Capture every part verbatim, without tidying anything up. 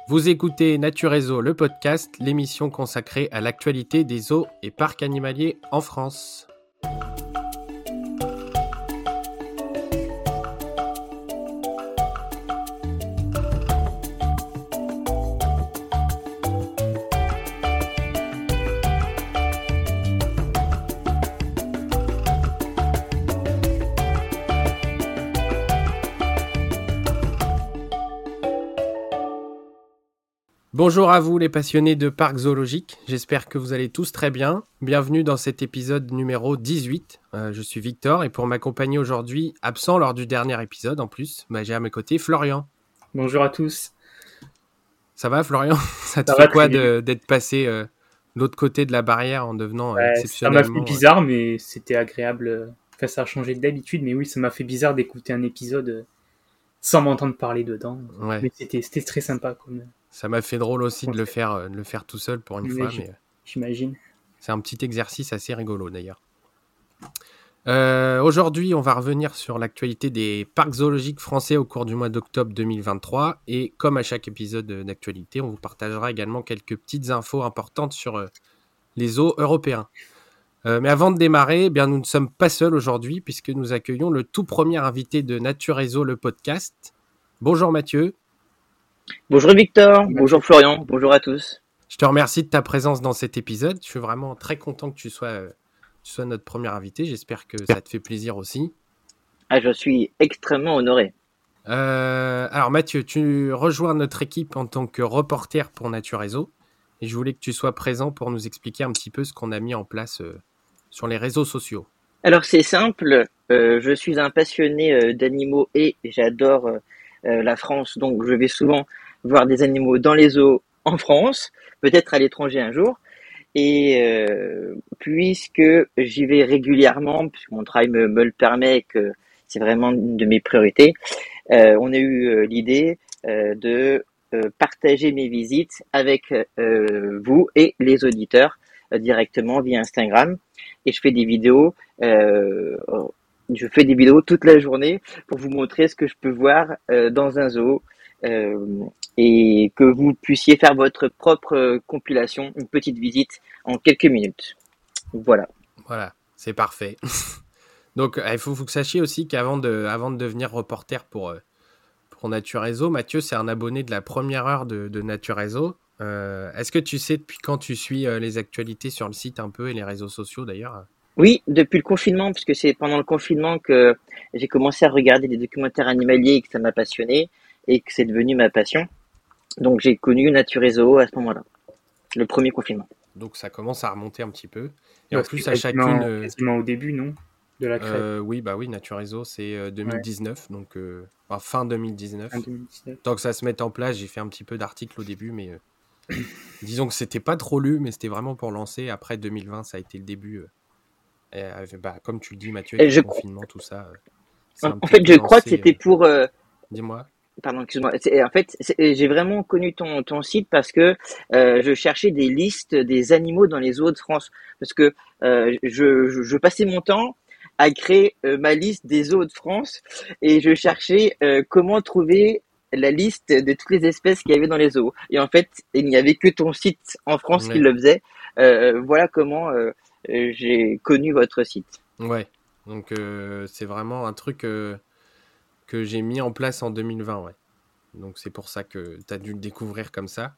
Vous écoutez Naturezo, le podcast, l'émission consacrée à l'actualité des zoos et parcs animaliers en France. Bonjour à vous les passionnés de parcs zoologiques, j'espère que vous allez tous très bien. Bienvenue dans cet épisode numéro dix-huit, euh, je suis Victor et pour m'accompagner aujourd'hui, absent lors du dernier épisode en plus, bah, j'ai à mes côtés Florian. Bonjour à tous. Ça va Florian? Ça te Ça fait quoi de, d'être passé euh, de l'autre côté de la barrière en devenant euh, Ouais, exceptionnellement... ça m'a fait bizarre mais c'était agréable, enfin ça a changé d'habitude mais oui ça m'a fait bizarre d'écouter un épisode euh, sans m'entendre parler dedans, Ouais. Mais c'était, c'était très sympa comme... Ça m'a fait drôle aussi de le faire, de le faire tout seul pour une mais fois, j- mais j'imagine. c'est un petit exercice assez rigolo d'ailleurs. Euh, aujourd'hui, on va revenir sur l'actualité des parcs zoologiques français au cours du mois d'octobre deux mille vingt-trois et comme à chaque épisode d'actualité, on vous partagera également quelques petites infos importantes sur euh, les zoos européens. Euh, mais avant de démarrer, eh bien, nous ne sommes pas seuls aujourd'hui puisque nous accueillons le tout premier invité de Naturezo, le podcast. Bonjour Mathieu. Bonjour Victor, bonjour Florian, bonjour à tous. Je te remercie de ta présence dans cet épisode. Je suis vraiment très content que tu sois, euh, tu sois notre premier invité. J'espère que ça te fait plaisir aussi. Ah, je suis extrêmement honoré. Euh, alors Mathieu, tu rejoins notre équipe en tant que reporter pour Naturezo. Et je voulais que tu sois présent pour nous expliquer un petit peu ce qu'on a mis en place euh, sur les réseaux sociaux. Alors c'est simple, euh, je suis un passionné euh, d'animaux et j'adore euh, euh, la France, donc je vais souvent voir des animaux dans les zoos en France, peut-être à l'étranger un jour. Et euh, puisque j'y vais régulièrement, puisque mon travail me, me le permet, et que c'est vraiment une de mes priorités, euh, on a eu euh, l'idée euh, de euh, partager mes visites avec euh, vous et les auditeurs euh, directement via Instagram. Et je fais des vidéos, euh, je fais des vidéos toute la journée pour vous montrer ce que je peux voir euh, dans un zoo. Euh, et que vous puissiez faire votre propre compilation, une petite visite en quelques minutes. Voilà. Voilà, c'est parfait. Donc, il faut, faut que vous sachiez aussi qu'avant de, avant de devenir reporter pour, euh, pour Naturezo, Mathieu, c'est un abonné de la première heure de, de Naturezo. Euh, est-ce que tu sais depuis quand tu suis euh, les actualités sur le site un peu et les réseaux sociaux d'ailleurs? Oui, depuis le confinement, puisque c'est pendant le confinement que j'ai commencé à regarder des documentaires animaliers et que ça m'a passionné et que c'est devenu ma passion. Donc j'ai connu Naturezo à ce moment-là, le premier confinement. Donc ça commence à remonter un petit peu. Et Ouais, en plus, c'était à quasiment, chacune... euh, quasiment au début, non, de la création. euh, oui, bah oui, Naturezo, c'est euh, deux mille dix-neuf, donc euh, enfin, fin deux mille dix-neuf. En deux mille dix-neuf. Tant que ça se mette en place, j'ai fait un petit peu d'articles au début, mais euh, disons que c'était pas trop lu, mais c'était vraiment pour lancer. Après deux mille vingt, ça a été le début. Euh, et, euh, bah, comme tu le dis, Mathieu, avec Et le je, confinement, tout ça. Euh, c'est en, un en petit fait, peu je crois que lancé. c'était euh, pour... euh, Dis-moi. Pardon, excuse-moi. C'est- En fait, c'est- j'ai vraiment connu ton, ton site parce que euh, je cherchais des listes des animaux dans les zoos de France. Parce que euh, je, je, je passais mon temps à créer euh, ma liste des zoos de France et je cherchais euh, comment trouver la liste de toutes les espèces qu'il y avait dans les zoos. Et en fait, il n'y avait que ton site en France qui Ouais. le faisait. Euh, voilà comment euh, euh, j'ai connu votre site. Ouais. Donc, euh, c'est vraiment un truc euh, que j'ai mis en place en deux mille vingt, ouais. Donc, c'est pour ça que tu as dû le découvrir comme ça.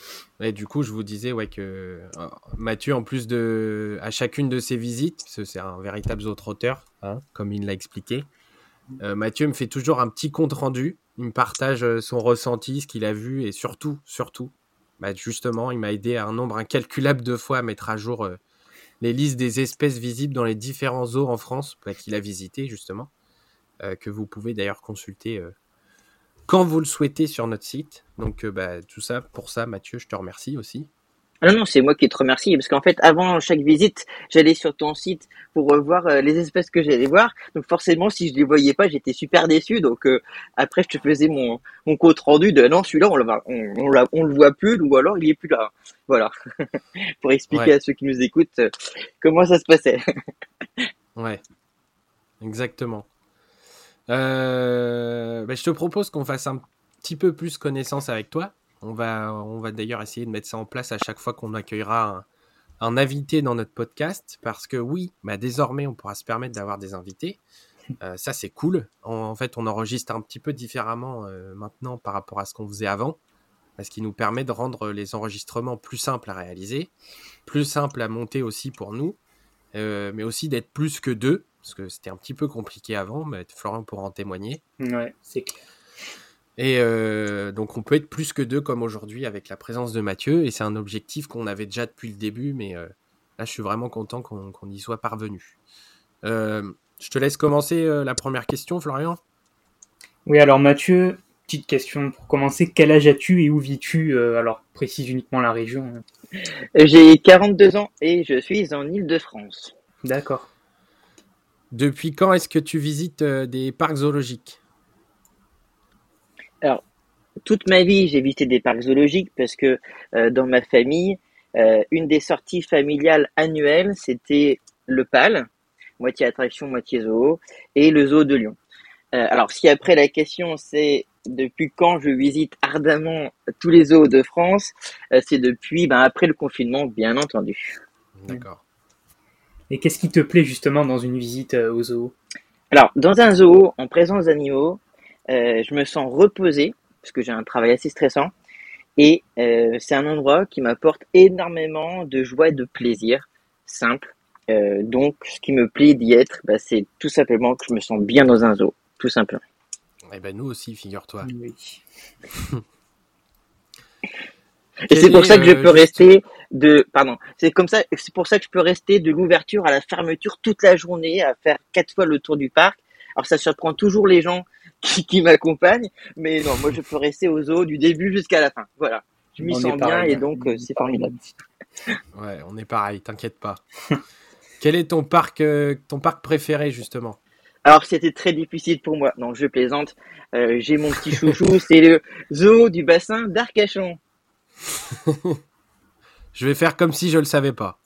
Et du coup, je vous disais ouais, que euh, Mathieu, en plus de à chacune de ses visites, parce que c'est un véritable auteur, hein, comme il l'a expliqué, euh, Mathieu me fait toujours un petit compte rendu. Il me partage euh, son ressenti, ce qu'il a vu, et surtout, surtout, bah, justement, il m'a aidé à un nombre incalculable de fois à mettre à jour euh, les listes des espèces visibles dans les différents zoos en France bah, qu'il a visités, justement, euh, que vous pouvez d'ailleurs consulter euh, quand vous le souhaitez sur notre site. Donc, euh, bah, tout ça, pour ça, Mathieu, je te remercie aussi. Ah non, non, c'est moi qui te remercie, parce qu'en fait, avant chaque visite, j'allais sur ton site pour euh, voir euh, les espèces que j'allais voir. Donc forcément, si je les voyais pas, j'étais super déçu. Donc euh, après, je te faisais mon, mon compte rendu de non, celui-là, on le, voit- on, on, l'a- on le voit plus, ou alors il est plus là. Voilà, pour expliquer Ouais. à ceux qui nous écoutent euh, comment ça se passait. Ouais, exactement. Euh, bah, je te propose qu'on fasse un petit peu plus connaissance avec toi. On va, on va d'ailleurs essayer de mettre ça en place à chaque fois qu'on accueillera un, un invité dans notre podcast, parce que oui, bah désormais, on pourra se permettre d'avoir des invités. Euh, ça, c'est cool. En, en fait, on enregistre un petit peu différemment euh, maintenant par rapport à ce qu'on faisait avant, ce qui nous permet de rendre les enregistrements plus simples à réaliser, plus simples à monter aussi pour nous, euh, mais aussi d'être plus que deux, parce que c'était un petit peu compliqué avant, mais Florian pourra en témoigner. Ouais, c'est clair. Et euh, donc on peut être plus que deux comme aujourd'hui avec la présence de Mathieu, et c'est un objectif qu'on avait déjà depuis le début, mais euh, là je suis vraiment content qu'on, qu'on y soit parvenu. Euh, je te laisse commencer euh, la première question, Florian. Oui, alors Mathieu, petite question pour commencer, quel âge as-tu et où vis-tu? euh, Alors précise uniquement la région. J'ai quarante-deux ans et je suis en Île-de-France. D'accord. Depuis quand est-ce que tu visites euh, des parcs zoologiques? Alors, toute ma vie, j'ai visité des parcs zoologiques parce que euh, dans ma famille, euh, une des sorties familiales annuelles, c'était le P A L, moitié attraction, moitié zoo, et le zoo de Lyon. Euh, alors, si après la question c'est depuis quand je visite ardemment tous les zoos de France, euh, c'est depuis ben, après le confinement, bien entendu. D'accord. Et qu'est-ce qui te plaît justement dans une visite euh, au zoo? Alors, dans un zoo, en présence d'animaux, euh, je me sens reposé, parce que j'ai un travail assez stressant, et euh, c'est un endroit qui m'apporte énormément de joie et de plaisir, simple. Euh, donc, ce qui me plaît d'y être, bah, c'est tout simplement que je me sens bien dans un zoo, tout simplement. Eh ben nous aussi, figure-toi. Oui. Et c'est pour ça que je peux euh, rester de, pardon, c'est comme ça, c'est pour ça que je peux rester de l'ouverture à la fermeture toute la journée, à faire quatre fois le tour du parc. Alors ça surprend toujours les gens qui, qui m'accompagnent, mais non, moi je peux rester au zoo du début jusqu'à la fin. Voilà, je m'y On sens est bien pareil, et hein. donc On euh, est c'est pareil. formidable. Ouais, on est pareil, t'inquiète pas. Quel est ton parc, euh, ton parc préféré justement? Alors c'était très difficile pour moi, non je plaisante. Euh, j'ai mon petit chouchou, c'est le zoo du bassin d'Arcachon. Je vais faire comme si je le savais pas.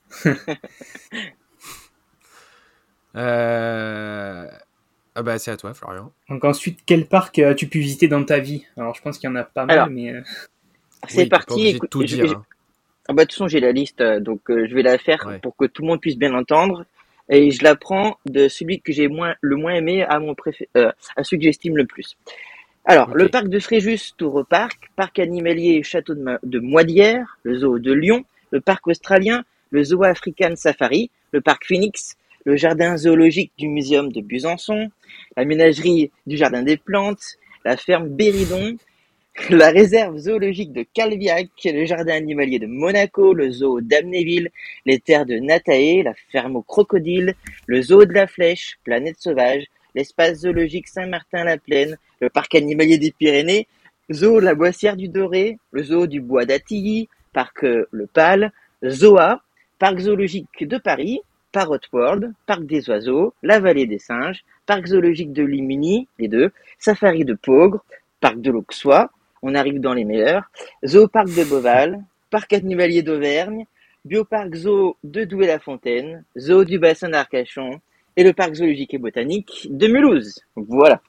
euh... Ah bah c'est à toi, Florian. Donc ensuite, quel parc as-tu pu visiter dans ta vie? Alors je pense qu'il y en a pas mal, Alors, mais euh, c'est Oui, t'es pas parti. obligé de Écoute, tout je- dire. je- Hein. ah bah, de toute façon, j'ai la liste, euh, donc euh, je vais la faire Ouais. pour que tout le monde puisse bien entendre. Et je la prends de celui que j'ai moins, le moins aimé à mon préfé- euh, à celui que j'estime le plus. Alors, Ok. le parc de Fréjus, Tour Parc, parc animalier Château de, Ma- de Moitière, le zoo de Lyon, le parc australien, le zoo African Safari, le parc Phoenix, le jardin zoologique du Muséum de Busançon, la ménagerie du Jardin des Plantes, la ferme Béridon, la réserve zoologique de Calviac, le jardin animalier de Monaco, le zoo d'Amnéville, les terres de Natae, la ferme aux crocodiles, le zoo de la Flèche, Planète Sauvage, l'espace zoologique Saint-Martin-la-Plaine, le parc animalier des Pyrénées, zoo La Boissière du Doré, le zoo du Bois d'Attilly, parc euh, Le Pal, Zoa, parc zoologique de Paris, Parrot World, parc des oiseaux, la vallée des singes, parc zoologique de Limini, les deux, safari de Peaugres, parc de l'Auxois, on arrive dans les meilleurs, Zooparc de Beauval, parc animalier d'Auvergne, Bioparc Zoo de Douai-la-Fontaine, Zoo du bassin d'Arcachon et le parc zoologique et botanique de Mulhouse. Voilà.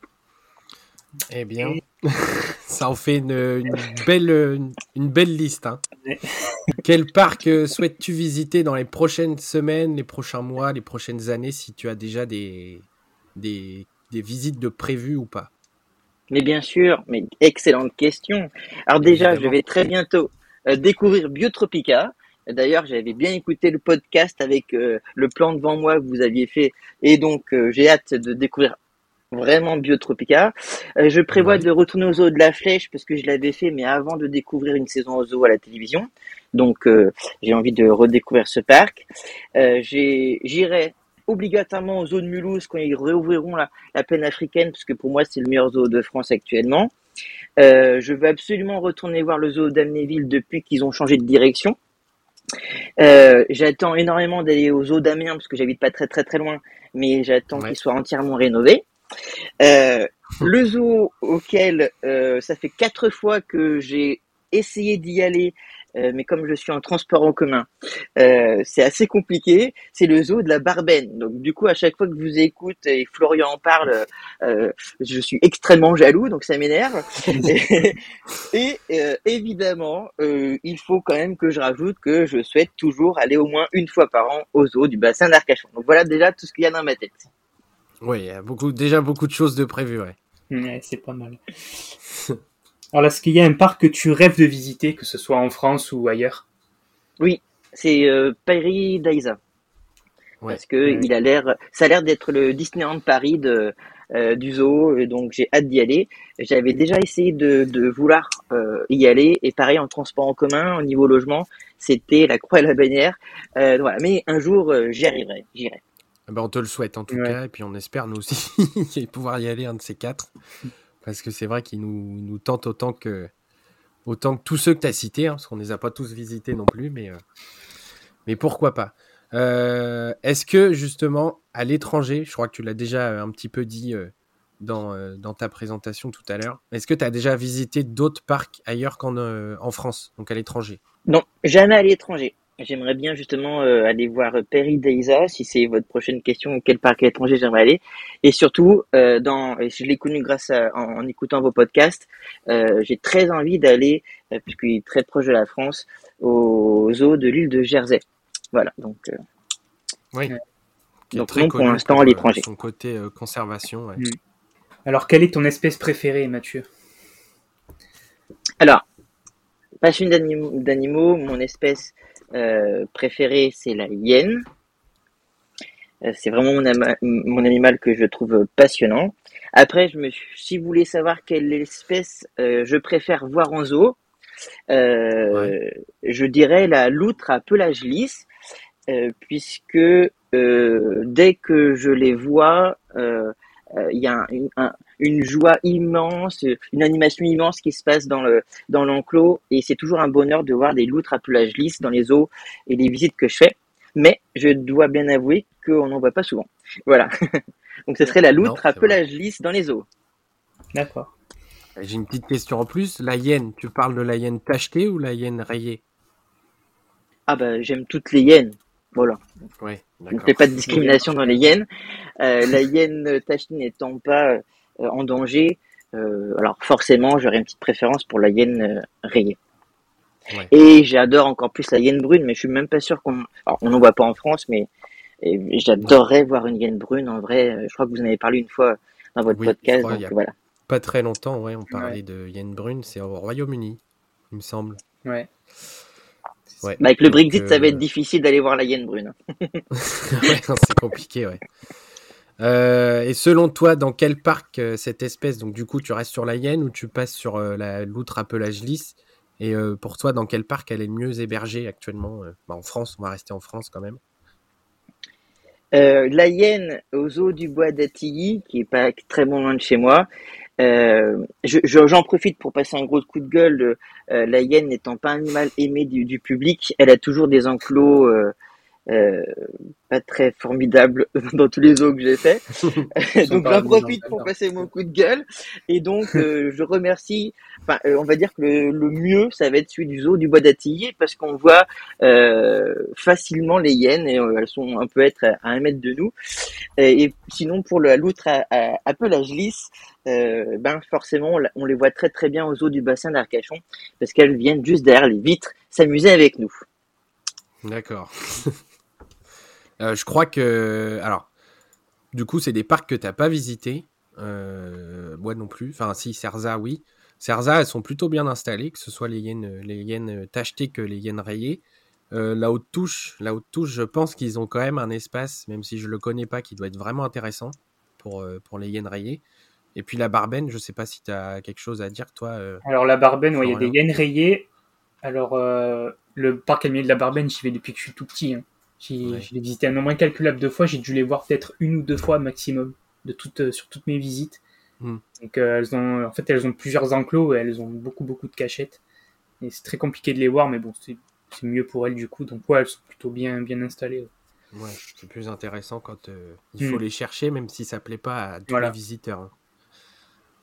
Eh bien, ça en fait une, une belle, une, une belle liste. Hein. Ouais. Quel parc euh, souhaites-tu visiter dans les prochaines semaines, les prochains mois, les prochaines années, si tu as déjà des, des, des visites de prévues ou pas? Mais bien sûr, mais excellente question. Alors déjà, Évidemment. je vais très bientôt euh, découvrir Biotropica. D'ailleurs, j'avais bien écouté le podcast avec euh, le plan devant moi que vous aviez fait, et donc euh, j'ai hâte de découvrir vraiment Biotropica. Euh, je prévois Ouais. de retourner au zoo de la Flèche parce que je l'avais fait, mais avant de découvrir une saison au zoo à la télévision. Donc, euh, j'ai envie de redécouvrir ce parc. Euh, j'ai, j'irai obligatoirement au zoo de Mulhouse quand ils réouvriront la, la plaine africaine, parce que pour moi, c'est le meilleur zoo de France actuellement. Euh, je veux absolument retourner voir le zoo d'Amnéville depuis qu'ils ont changé de direction. Euh, j'attends énormément d'aller au zoo d'Amiens parce que j'habite pas très très très loin, mais j'attends Ouais. qu'il soit entièrement rénové. Euh, le zoo auquel euh, ça fait quatre fois que j'ai essayé d'y aller euh, mais comme je suis en transport en commun, euh, c'est assez compliqué. C'est le zoo de la Barbenne. Donc du coup, à chaque fois que je vous écoute et Florian en parle, euh, je suis extrêmement jaloux, donc ça m'énerve. Et, et euh, évidemment, euh, il faut quand même que je rajoute que je souhaite toujours aller au moins une fois par an au zoo du bassin d'Arcachon. Donc voilà déjà tout ce qu'il y a dans ma tête. Oui, il y a beaucoup, déjà beaucoup de choses de prévues, ouais. Ouais, c'est pas mal. Alors, est-ce qu'il y a un parc que tu rêves de visiter, que ce soit en France ou ailleurs? Oui, c'est euh, Paris Daiza. Ouais. Parce que Ouais. il a l'air, ça a l'air d'être le Disneyland Paris de, euh, du zoo, et donc j'ai hâte d'y aller. J'avais déjà essayé de, de vouloir euh, y aller, et pareil en transport en commun, au niveau logement, c'était la croix et la bannière. Euh, voilà, mais un jour euh, j'y arriverai, j'irai. Eh ben, on te le souhaite en tout Ouais. cas, et puis on espère nous aussi pouvoir y aller un de ces quatre, parce que c'est vrai qu'il nous, nous tente autant que, autant que tous ceux que tu as cités, hein, parce qu'on ne les a pas tous visités non plus, mais, euh, mais pourquoi pas. Euh, est-ce que justement, à l'étranger, je crois que tu l'as déjà un petit peu dit euh, dans, euh, dans ta présentation tout à l'heure, est-ce que tu as déjà visité d'autres parcs ailleurs qu'en euh, en France, donc à l'étranger? Non, jamais à l'étranger. J'aimerais bien justement euh, aller voir euh, Paris Daiza, si c'est votre prochaine question, quel parc à l'étranger j'aimerais aller. Et surtout, euh, dans, et je l'ai connu grâce à, en, en écoutant vos podcasts, euh, j'ai très envie d'aller, euh, puisqu'il est très proche de la France, au zoo de l'île de Jersey. Voilà, donc, euh, Oui, Ouais. qui est donc très non pour connu l'instant à pour euh, l'étranger. son côté euh, conservation. Ouais. Mm. Alors, quelle est ton espèce préférée, Mathieu? Alors, passion d'animaux, d'animaux, mon espèce euh, préférée, c'est la hyène. Euh, C'est vraiment mon, ama- mon animal que je trouve passionnant. Après, je me suis, si vous voulez savoir quelle espèce euh, je préfère voir en zoo, Ouais. euh, je dirais la loutre à pelage lisse, euh, puisque euh, dès que je les vois, euh, euh, il y a un- une, un- une joie immense, une animation immense qui se passe dans le dans l'enclos, et c'est toujours un bonheur de voir des loutres à pelage lisse dans les zoos et les visites que je fais. Mais je dois bien avouer qu'on n'en voit pas souvent. Voilà. Donc ce serait la Non, loutre à c'est vrai. pelage lisse dans les zoos. D'accord. J'ai une petite question en plus. La hyène, tu parles de la hyène tachetée ou la hyène rayée? Ah bah j'aime toutes les hyènes. Voilà. Ouais, Je ne fais d'accord. pas de Les hyènes en discrimination dans les général. hyènes. Euh, la hyène tachetée n'étant pas euh, en danger, euh, alors forcément j'aurais une petite préférence pour la hyène euh, rayée. Ouais. Et j'adore encore plus la hyène brune, mais je suis même pas sûr qu'on, alors on n'en voit pas en France, mais et j'adorerais voir une hyène brune en vrai. Je crois que vous en avez parlé une fois dans votre Oui, je podcast, crois il donc y a voilà. pas très longtemps, ouais, on Ouais. parlait de hyène brune, c'est au Royaume-Uni, il me semble. Ouais. Ouais. Bah, avec le Donc, Brexit, ça va être euh... difficile d'aller voir la hyène brune. ouais, non, c'est compliqué, ouais. Euh, et selon toi, dans quel parc euh, cette espèce, donc du coup, tu restes sur la hyène ou tu passes sur euh, la loutre à pelage lisse? Et euh, pour toi, dans quel parc elle est le mieux hébergée actuellement? euh, bah, En France, on va rester en France quand même. Euh, la hyène au zoo du bois d'Attilly, qui est pas très bon loin de chez moi. Euh, je, je- j'en profite pour passer un gros coup de gueule. Euh, la hyène n'étant pas un animal aimé du, du public, elle a toujours des enclos euh, euh, pas très formidables dans tous les zoos que j'ai fait. Ils sont Donc pas j'en mis dans profite le pour temps. passer mon coup de gueule. Et donc euh, je remercie, enfin euh, on va dire que le, le mieux ça va être celui du zoo du Bois d'Attilly, parce qu'on voit euh, facilement les hyènes, et euh, elles sont un peu être à un mètre de nous. Et, et sinon pour la loutre à, à, à pelage lisse, euh, ben forcément on, la- on les voit très très bien au zoo du bassin d'Arcachon, parce qu'elles viennent juste derrière les vitres s'amuser avec nous. D'accord. Euh, je crois que... Alors, du coup, c'est des parcs que tu n'as pas visités. Euh, moi non plus. Enfin, si, Cerza, oui. Cerza, elles sont plutôt bien installées, que ce soit les hyènes, les hyènes tachetées que les hyènes rayées. Euh, la haute touche, la haute touche, je pense qu'ils ont quand même un espace, même si je le connais pas, qui doit être vraiment intéressant pour, euh, pour les hyènes rayées. Et puis la Barbenne, je sais pas si tu as quelque chose à dire, toi, euh, Alors, la Barbenne, ouais, il y a des Florian. hyènes rayées. Alors, euh, le parc animalier de la Barbenne, j'y vais depuis que je suis tout petit. Hein. J'y, Ouais. je l'ai visité un nombre incalculable de fois. J'ai dû les voir peut-être une ou deux fois maximum de toutes, euh, sur toutes mes visites. Mm. Donc, euh, elles ont, en fait, elles ont plusieurs enclos et elles ont beaucoup, beaucoup de cachettes. Et c'est très compliqué de les voir, mais bon, c'est, c'est mieux pour elles du coup. Donc, ouais, elles sont plutôt bien, bien installées. Ouais, c'est plus intéressant quand euh, il Hmm. faut les chercher, même si ça plaît pas à tous les Voilà. visiteurs. hein.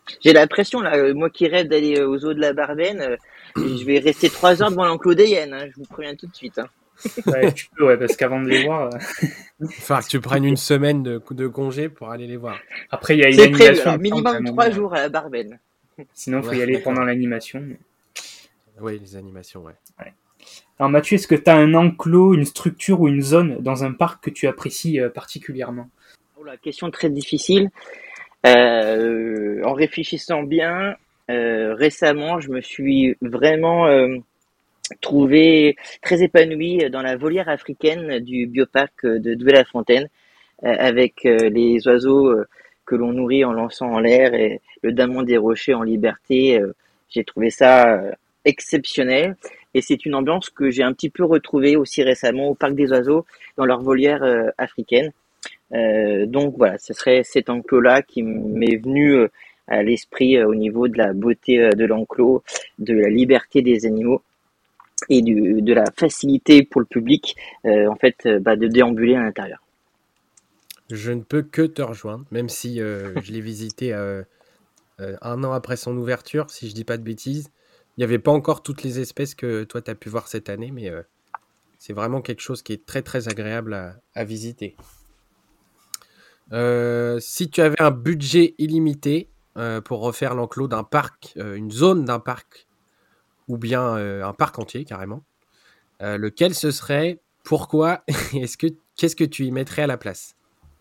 J'ai l'impression, là, euh, moi qui rêve d'aller euh, aux eaux de la Barbenne, euh, je vais rester trois heures devant l'enclos des hyènes, hein, je vous préviens tout de suite. Hein. Ouais, tu peux, ouais, parce qu'avant de les voir. euh, Il va falloir que tu prennes une semaine de, de congé pour aller les voir. Après, il y a une C'est prévu, animation. alors il me semble, à un minimum moment, trois ouais. jours à la Barbenne. Sinon, il faut Ouais, y aller d'accord. pendant l'animation. mais- Oui, les animations, ouais. Alors, Mathieu, est-ce que tu as un enclos, une structure ou une zone dans un parc que tu apprécies euh, particulièrement? Oh, la question très difficile. Euh, en réfléchissant bien, euh, récemment, je me suis vraiment euh, trouvé très épanoui dans la volière africaine du bioparc de Douai-la-Fontaine, euh, avec euh, les oiseaux euh, que l'on nourrit en lançant en l'air et le daman des rochers en liberté. Euh, j'ai trouvé ça euh, exceptionnel. Et c'est une ambiance que j'ai un petit peu retrouvée aussi récemment au parc des oiseaux dans leur volière euh, africaine. Euh, donc voilà, ce serait cet enclos-là qui m'est venu euh, à l'esprit euh, au niveau de la beauté euh, de l'enclos, de la liberté des animaux et du, de la facilité pour le public euh, en fait euh, bah, de déambuler à l'intérieur. Je ne peux que te rejoindre, même si euh, je l'ai visité euh, euh, un an après son ouverture, si je dis pas de bêtises. Il n'y avait pas encore toutes les espèces que toi, tu as pu voir cette année, mais euh, c'est vraiment quelque chose qui est très, très agréable à, à visiter. Euh, si tu avais un budget illimité euh, pour refaire l'enclos d'un parc, euh, une zone d'un parc, ou bien euh, un parc entier, carrément, euh, lequel ce serait? Pourquoi? Est-ce que, qu'est-ce que tu y mettrais à la place?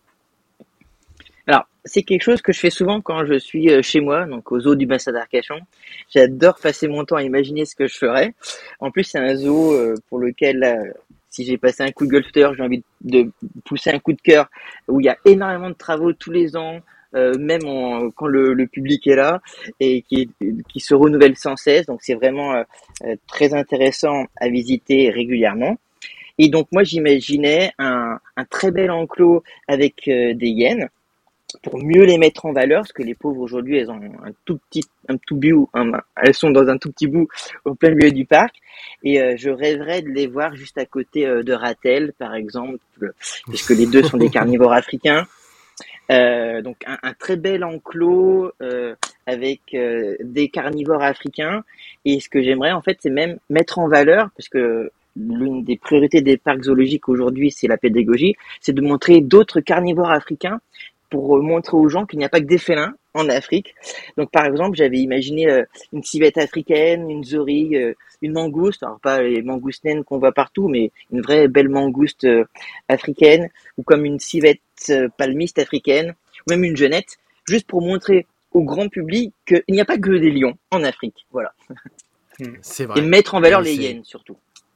Alors, c'est quelque chose que je fais souvent quand je suis euh, chez moi, donc au zoo du bassin d'Arcachon. J'adore passer mon temps à imaginer ce que je ferais. En plus, c'est un zoo euh, pour lequel, là, si j'ai passé un coup de gueule tout à l'heure, j'ai envie de pousser un coup de cœur, où il y a énormément de travaux tous les ans, euh, même en, quand le, le public est là, et qui, qui se renouvelle sans cesse. Donc, c'est vraiment euh, euh, très intéressant à visiter régulièrement. Et donc, moi, j'imaginais un, un très bel enclos avec euh, des hyènes, pour mieux les mettre en valeur, parce que les pauvres aujourd'hui, elles ont un tout petit, un tout bout, un, elles sont dans un tout petit bout au plein milieu du parc, et euh, je rêverais de les voir juste à côté euh, de Ratel, par exemple, puisque les deux sont des carnivores africains. Euh, donc un, un très bel enclos euh, avec euh, des carnivores africains, et ce que j'aimerais en fait, c'est même mettre en valeur, parce que l'une des priorités des parcs zoologiques aujourd'hui, c'est la pédagogie, c'est de montrer d'autres carnivores africains pour montrer aux gens qu'il n'y a pas que des félins en Afrique. Donc, par exemple, j'avais imaginé euh, une civette africaine, une zorie, euh, une mangouste, alors pas les mangoustes naines qu'on voit partout, mais une vraie belle mangouste euh, africaine, ou comme une civette euh, palmiste africaine, ou même une genette, juste pour montrer au grand public qu'il n'y a pas que des lions en Afrique. Voilà. C'est vrai. Et mettre en valeur Et les c'est... hyènes, surtout.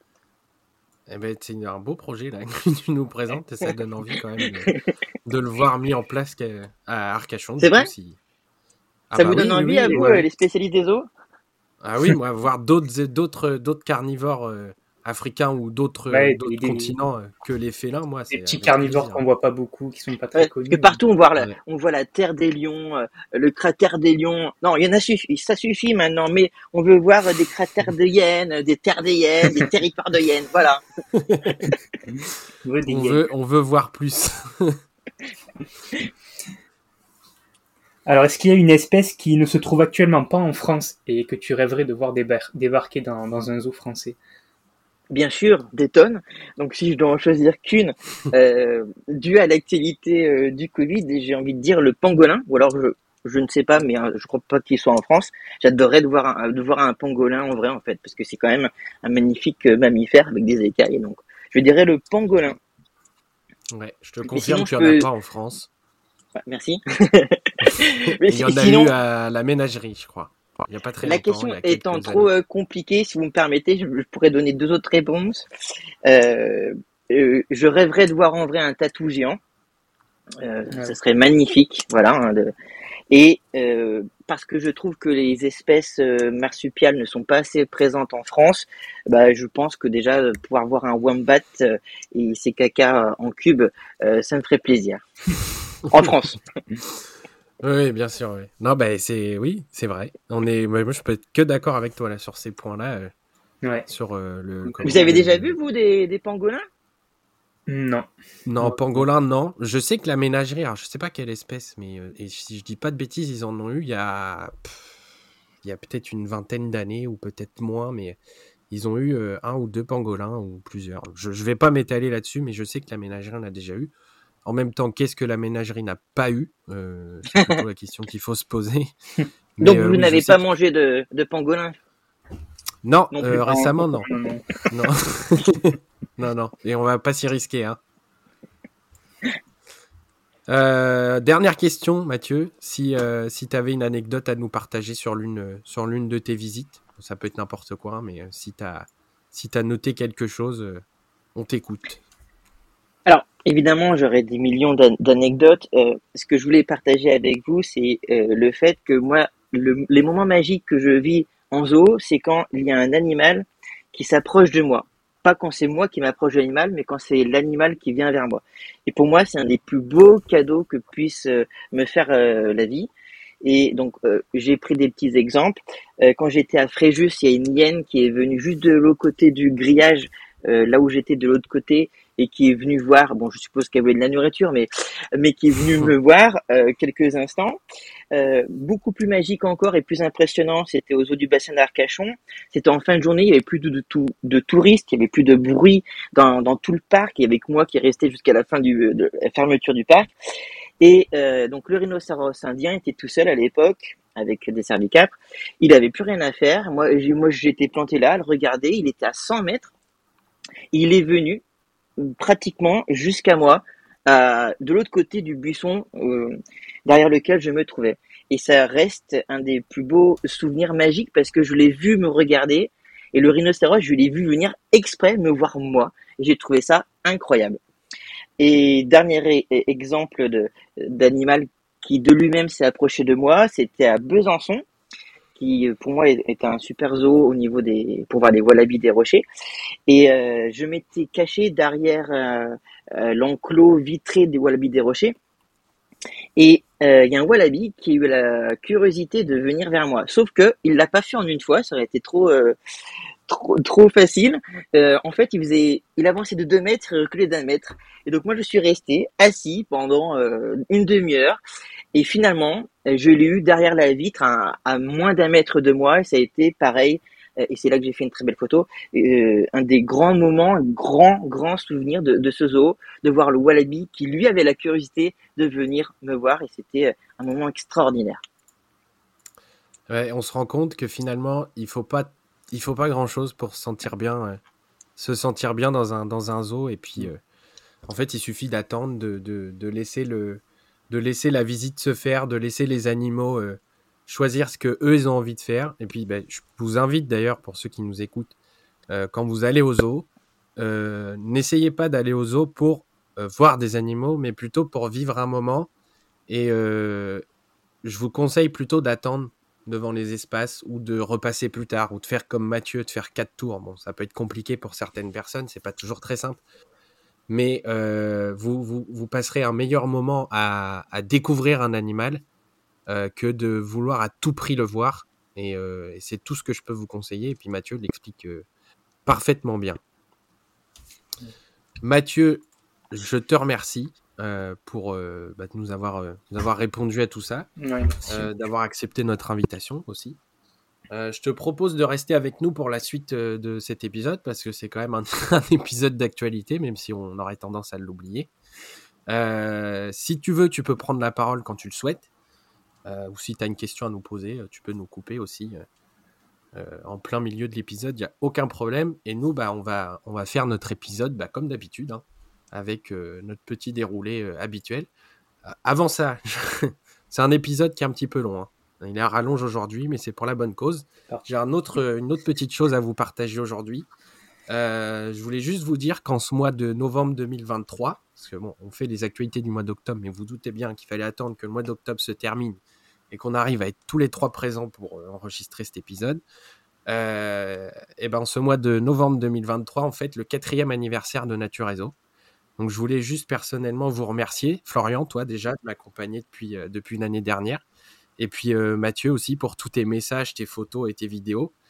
Eh ben, c'est un beau projet là que tu nous présentes et ça donne envie quand même de, de le voir mis en place à Arcachon. C'est vrai coup, si... ah Ça bah vous donne oui, envie oui, à oui, vous, ouais. les spécialistes des zoos? Ah oui, moi, voir d'autres, d'autres, d'autres carnivores euh, africains ou d'autres, Ouais, d'autres des- continents euh, que les félins, moi, c'est Des petits avec carnivores plaisir. qu'on voit pas beaucoup, qui sont pas très Ouais, connus. parce que partout on voit la, Ouais. on voit la terre des lions, euh, le cratère des lions. Non, il y en a suffi, ça suffit maintenant. Mais on veut voir des cratères de hyènes, des terres de hyènes, des territoires de hyènes. Voilà. On veut des On hyènes. veut, on veut voir plus. Alors, est-ce qu'il y a une espèce qui ne se trouve actuellement pas en France et que tu rêverais de voir débar- débarquer dans, dans un zoo français? Bien sûr, des tonnes. Donc si je dois en choisir qu'une, euh, due à l'actualité euh, du Covid, j'ai envie de dire le pangolin. Ou alors je, je ne sais pas, mais euh, je crois pas qu'il soit en France. J'adorerais de voir un, de voir un pangolin en vrai en fait, parce que c'est quand même un magnifique euh, mammifère avec des écailles. Donc je dirais le pangolin. Ouais, je te Mais confirme sinon, qu'il n'y je en a peux- pas en France. Ouais, merci. Mais Il y en a sinon, eu à la ménagerie, je crois. Il n'y a pas très la longtemps, question il y a étant quelques trop années. euh, compliquée, si vous me permettez, je, je pourrais donner deux autres réponses. Euh, euh, je rêverais de voir en vrai un tatou géant. Euh, Ouais. Ça serait magnifique, voilà. Hein, de... Et euh, parce que je trouve que les espèces euh, marsupiales ne sont pas assez présentes en France, bah, je pense que déjà euh, pouvoir voir un wombat euh, et ses cacas en cube, euh, ça me ferait plaisir. En France. Oui, bien sûr. Oui. Non, bah, c'est oui, c'est vrai. On est, moi, je peux être que d'accord avec toi là sur ces points-là, euh, Ouais. sur euh, le. Vous comment, avez le- déjà vu, vous, des, des pangolins? Non. Non, Non. pangolin, non. Je sais que la ménagerie, alors je sais pas quelle espèce, mais euh, et si je dis pas de bêtises, ils en ont eu il y a, pff, il y a peut-être une vingtaine d'années ou peut-être moins, mais ils ont eu euh, un ou deux pangolins ou plusieurs. Je, je vais pas m'étaler là-dessus, mais je sais que la ménagerie en a déjà eu. En même temps, qu'est-ce que la ménagerie n'a pas eu? Euh, c'est plutôt la question qu'il faut se poser. Mais Donc euh, vous oui, je n'avez sais pas que... mangé de, de pangolin Non, non plus. euh, Non, récemment, non. non, non. Non. non, non. Et on va pas s'y risquer, hein. Euh, dernière question, Mathieu. Si, euh, si tu avais une anecdote à nous partager sur l'une, euh, sur l'une de tes visites, ça peut être n'importe quoi, mais euh, si tu as si t'as noté quelque chose, euh, on t'écoute. Alors, évidemment, j'aurais des millions d'an- d'anecdotes. Euh, ce que je voulais partager avec vous, c'est euh, le fait que moi, le- les moments magiques que je vis en zoo, c'est quand il y a un animal qui s'approche de moi. Pas quand c'est moi qui m'approche de l'animal, mais quand c'est l'animal qui vient vers moi. Et pour moi, c'est un des plus beaux cadeaux que puisse euh, me faire euh, la vie. Et donc, euh, j'ai pris des petits exemples. Euh, quand j'étais à Fréjus, il y a une hyène qui est venue juste de l'autre côté du grillage, euh, là où j'étais de l'autre côté, et qui est venue voir, bon, je suppose qu'elle voulait de la nourriture, mais, mais qui est venue me voir euh, quelques instants. Euh, beaucoup plus magique encore et plus impressionnant, c'était aux eaux du bassin d'Arcachon. C'était en fin de journée, il y avait plus de, de, tout, de touristes, il y avait plus de bruit dans, dans tout le parc. Il y avait que moi qui restais jusqu'à la fin du, de la fermeture du parc. Et euh, donc le rhinocéros indien était tout seul à l'époque avec des cervicapres. Il avait plus rien à faire. Moi, j'ai, moi j'étais planté là, à le regarder. Il était à cent mètres. Il est venu pratiquement jusqu'à moi, euh, de l'autre côté du buisson euh, derrière lequel je me trouvais. Et ça reste un des plus beaux souvenirs magiques parce que je l'ai vu me regarder et le rhinocéros, je l'ai vu venir exprès me voir moi. Et j'ai trouvé ça incroyable. Et dernier e- exemple de, d'animal qui de lui-même s'est approché de moi, c'était à Besançon, qui pour moi est, est un super zoo au niveau des, pour voir les wallabies des rochers. Et euh, je m'étais caché derrière euh, euh, l'enclos vitré des wallabies des rochers. Et il euh, y a un wallaby qui a eu la curiosité de venir vers moi. Sauf que il l'a pas fait en une fois, ça aurait été trop euh, trop, trop facile. Euh, en fait, il faisait, il avançait de deux mètres et reculait d'un mètre. Et donc moi, je suis resté assis pendant euh, une demi-heure. Et finalement, je l'ai eu derrière la vitre à, à moins d'un mètre de moi. Et ça a été pareil. euh, Et c'est là que j'ai fait une très belle photo. Euh, un des grands moments, un grand, grand souvenir de, de ce zoo, de voir le wallaby qui lui avait la curiosité de venir me voir. Et c'était euh, un moment extraordinaire. Ouais, on se rend compte que finalement, il faut pas, il faut pas grand-chose pour se sentir bien, euh, se sentir bien dans un, dans un zoo. Et puis, euh, en fait, il suffit d'attendre, de, de, de laisser le, de laisser la visite se faire, de laisser les animaux euh, choisir ce que eux ils ont envie de faire. Et puis, ben, je vous invite d'ailleurs, pour ceux qui nous écoutent, euh, quand vous allez au zoo, euh, n'essayez pas d'aller au zoo pour euh, voir des animaux, mais plutôt pour vivre un moment. Et euh, je vous conseille plutôt d'attendre devant les espaces ou de repasser plus tard ou de faire comme Mathieu, de faire quatre tours. Bon, ça peut être compliqué pour certaines personnes, c'est pas toujours très simple. Mais euh, vous, vous, vous passerez un meilleur moment à, à découvrir un animal euh, que de vouloir à tout prix le voir. Et, euh, et c'est tout ce que je peux vous conseiller. Et puis Mathieu l'explique euh, parfaitement bien. Mathieu, je te remercie euh, pour euh, bah, de nous avoir, euh, nous avoir répondu à tout ça, Ouais, merci. euh, d'avoir accepté notre invitation aussi. Euh, je te propose de rester avec nous pour la suite euh, de cet épisode parce que c'est quand même un, un épisode d'actualité, même si on aurait tendance à l'oublier. Euh, si tu veux, tu peux prendre la parole quand tu le souhaites. Euh, ou si tu as une question à nous poser, tu peux nous couper aussi euh, euh, en plein milieu de l'épisode, il n'y a aucun problème. Et nous, bah, on, va, on va faire notre épisode bah, comme d'habitude, hein, avec euh, notre petit déroulé euh, habituel. Euh, avant ça, c'est un épisode qui est un petit peu long. Hein. Il est à rallonge aujourd'hui, mais c'est pour la bonne cause. J'ai un autre, une autre petite chose à vous partager aujourd'hui. Euh, je voulais juste vous dire qu'en ce mois de novembre deux mille vingt-trois, parce que bon, on fait les actualités du mois d'octobre, mais vous doutez bien qu'il fallait attendre que le mois d'octobre se termine et qu'on arrive à être tous les trois présents pour enregistrer cet épisode. Euh, et ben, ce mois de novembre deux mille vingt-trois, en fait, le quatrième anniversaire de Nature Réseau. Donc, je voulais juste personnellement vous remercier, Florian, toi déjà, de m'accompagner depuis, euh, depuis l'année dernière. Et puis euh, Mathieu aussi pour tous tes messages, tes photos et tes vidéos.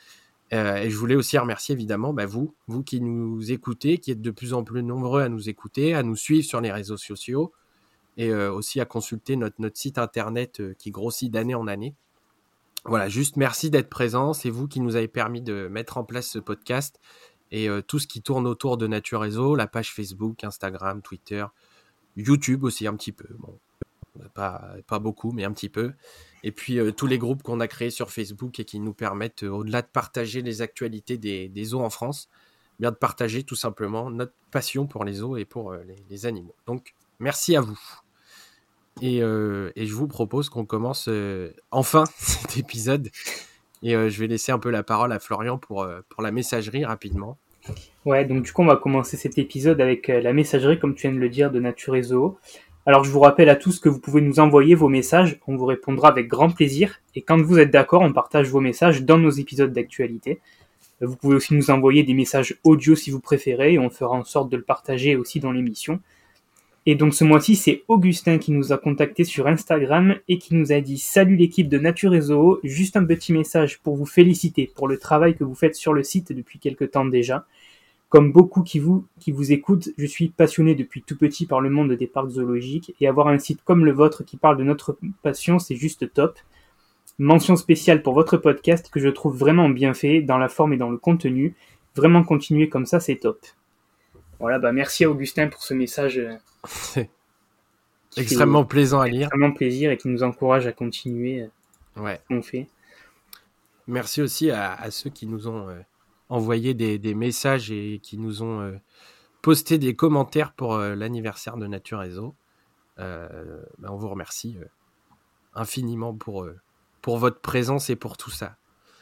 Euh, et je voulais aussi remercier évidemment bah, vous, vous qui nous écoutez, qui êtes de plus en plus nombreux à nous écouter, à nous suivre sur les réseaux sociaux et euh, aussi à consulter notre, notre site internet euh, qui grossit d'année en année. Voilà, juste merci d'être présents. C'est vous qui nous avez permis de mettre en place ce podcast et euh, tout ce qui tourne autour de Nature Réseau, la page Facebook, Instagram, Twitter, YouTube aussi un petit peu. Bon, pas, pas beaucoup, mais un petit peu. Et puis euh, tous les groupes qu'on a créés sur Facebook et qui nous permettent, euh, au-delà de partager les actualités des, des zoos en France, bien de partager tout simplement notre passion pour les zoos et pour euh, les, les animaux. Donc, merci à vous. Et, euh, et je vous propose qu'on commence euh, enfin cet épisode. Et euh, je vais laisser un peu la parole à Florian pour, euh, pour la messagerie rapidement. Ouais, donc du coup, on va commencer cet épisode avec euh, la messagerie, comme tu viens de le dire, de Nature et Zoo. Alors, je vous rappelle à tous que vous pouvez nous envoyer vos messages, on vous répondra avec grand plaisir. Et quand vous êtes d'accord, on partage vos messages dans nos épisodes d'actualité. Vous pouvez aussi nous envoyer des messages audio si vous préférez, et on fera en sorte de le partager aussi dans l'émission. Et donc ce mois-ci, c'est Augustin qui nous a contacté sur Instagram et qui nous a dit « Salut l'équipe de Nature et Zoo, juste un petit message pour vous féliciter pour le travail que vous faites sur le site depuis quelque temps déjà. Comme beaucoup qui vous, qui vous écoutent, je suis passionné depuis tout petit par le monde des parcs zoologiques et avoir un site comme le vôtre qui parle de notre passion, c'est juste top. Mention spéciale pour votre podcast que je trouve vraiment bien fait dans la forme et dans le contenu. Vraiment continuer comme ça, c'est top. » Voilà, bah merci à Augustin pour ce message. C'est extrêmement plaisant à lire. Extrêmement plaisir et qui nous encourage à continuer ouais. ce qu'on fait. Merci aussi à, à ceux qui nous ont euh, envoyé des, des messages et qui nous ont euh, posté des commentaires pour euh, l'anniversaire de Nature et Zoo. Euh, bah on vous remercie euh, infiniment pour, euh, pour votre présence et pour tout ça.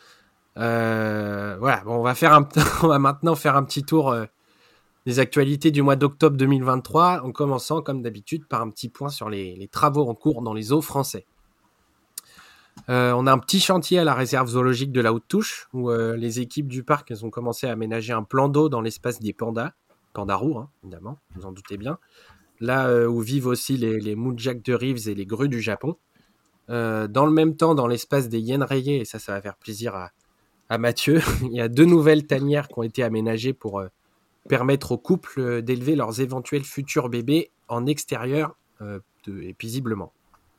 Euh, voilà, bon, on va faire un, on va maintenant faire un petit tour euh, des actualités du mois d'octobre deux mille vingt-trois, en commençant comme d'habitude par un petit point sur les, les travaux en cours dans les zoos français. Euh, on a un petit chantier à la réserve zoologique de la Haute-Touche où euh, les équipes du parc elles ont commencé à aménager un plan d'eau dans l'espace des pandas, pandarous hein, évidemment, vous en doutez bien, là euh, où vivent aussi les, les moudjaks de Reeves et les grues du Japon. Euh, dans le même temps, dans l'espace des hyènes rayées, et ça, ça va faire plaisir à, à Mathieu, il y a deux nouvelles tanières qui ont été aménagées pour euh, permettre aux couples d'élever leurs éventuels futurs bébés en extérieur euh, de, et paisiblement.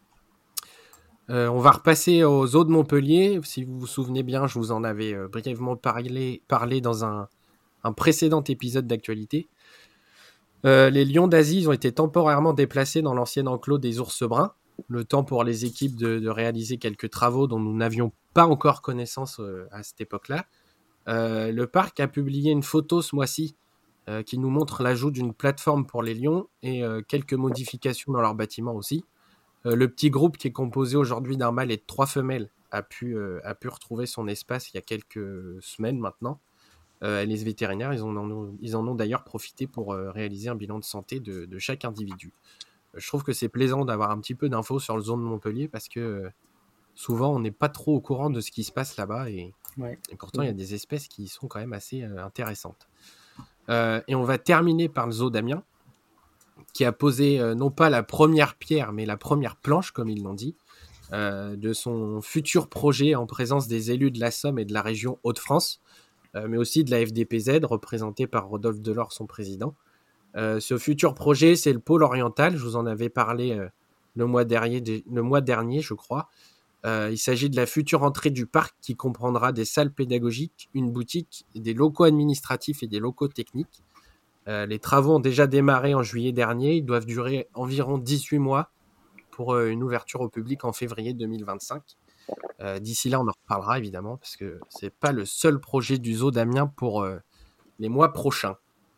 Euh, on va repasser aux zoos de Montpellier. Si vous vous souvenez bien, je vous en avais euh, brièvement parlé, parlé dans un, un précédent épisode d'actualité. Euh, les lions d'Asie ils ont été temporairement déplacés dans l'ancien enclos des ours bruns, le temps pour les équipes de, de réaliser quelques travaux dont nous n'avions pas encore connaissance euh, à cette époque-là. Euh, le parc a publié une photo ce mois-ci euh, qui nous montre l'ajout d'une plateforme pour les lions et euh, quelques modifications dans leur bâtiment aussi. Euh, le petit groupe qui est composé aujourd'hui d'un mâle et de trois femelles a pu, euh, a pu retrouver son espace il y a quelques semaines maintenant. Euh, les vétérinaires, ils en ont, ils en ont d'ailleurs profité pour euh, réaliser un bilan de santé de, de chaque individu. Euh, je trouve que c'est plaisant d'avoir un petit peu d'infos sur le zoo de Montpellier parce que euh, souvent on n'est pas trop au courant de ce qui se passe là-bas et, ouais. et pourtant il y a des espèces qui sont quand même assez euh, intéressantes. Euh, et on va terminer par le zoo d'Amiens, qui a posé euh, non pas la première pierre, mais la première planche, comme ils l'ont dit, euh, de son futur projet en présence des élus de la Somme et de la région Hauts-de-France, euh, mais aussi de la F D P Z, représentée par Rodolphe Delors, son président. Euh, ce futur projet, c'est le pôle oriental, je vous en avais parlé euh, le, mois dernier, le mois dernier, je crois. Euh, il s'agit de la future entrée du parc qui comprendra des salles pédagogiques, une boutique, des locaux administratifs et des locaux techniques. Euh, les travaux ont déjà démarré en juillet dernier. Ils doivent durer environ dix-huit mois pour euh, une ouverture au public en février deux mille vingt-cinq. Euh, d'ici là, on en reparlera évidemment parce que ce n'est pas le seul projet du zoo d'Amiens pour euh, les mois prochains.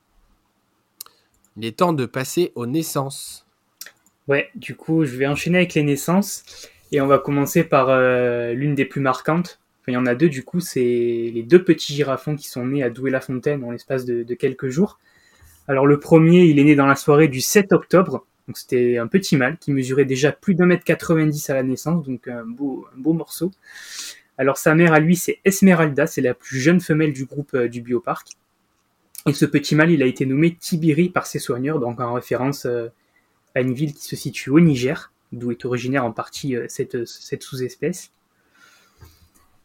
Il est temps de passer aux naissances. Ouais, du coup, je vais enchaîner avec les naissances et on va commencer par euh, l'une des plus marquantes. Enfin, il y en a deux du coup, c'est les deux petits girafons qui sont nés à Douai-la-Fontaine en l'espace de, de quelques jours. Alors le premier, il est né dans la soirée du sept octobre, donc c'était un petit mâle qui mesurait déjà plus d'un mètre quatre-vingt-dix à la naissance, donc un beau, un beau morceau. Alors sa mère à lui, c'est Esmeralda, c'est la plus jeune femelle du groupe euh, du bioparc. Et ce petit mâle, il a été nommé Tibiri par ses soigneurs, donc en référence euh, à une ville qui se situe au Niger, d'où est originaire en partie euh, cette, cette sous-espèce.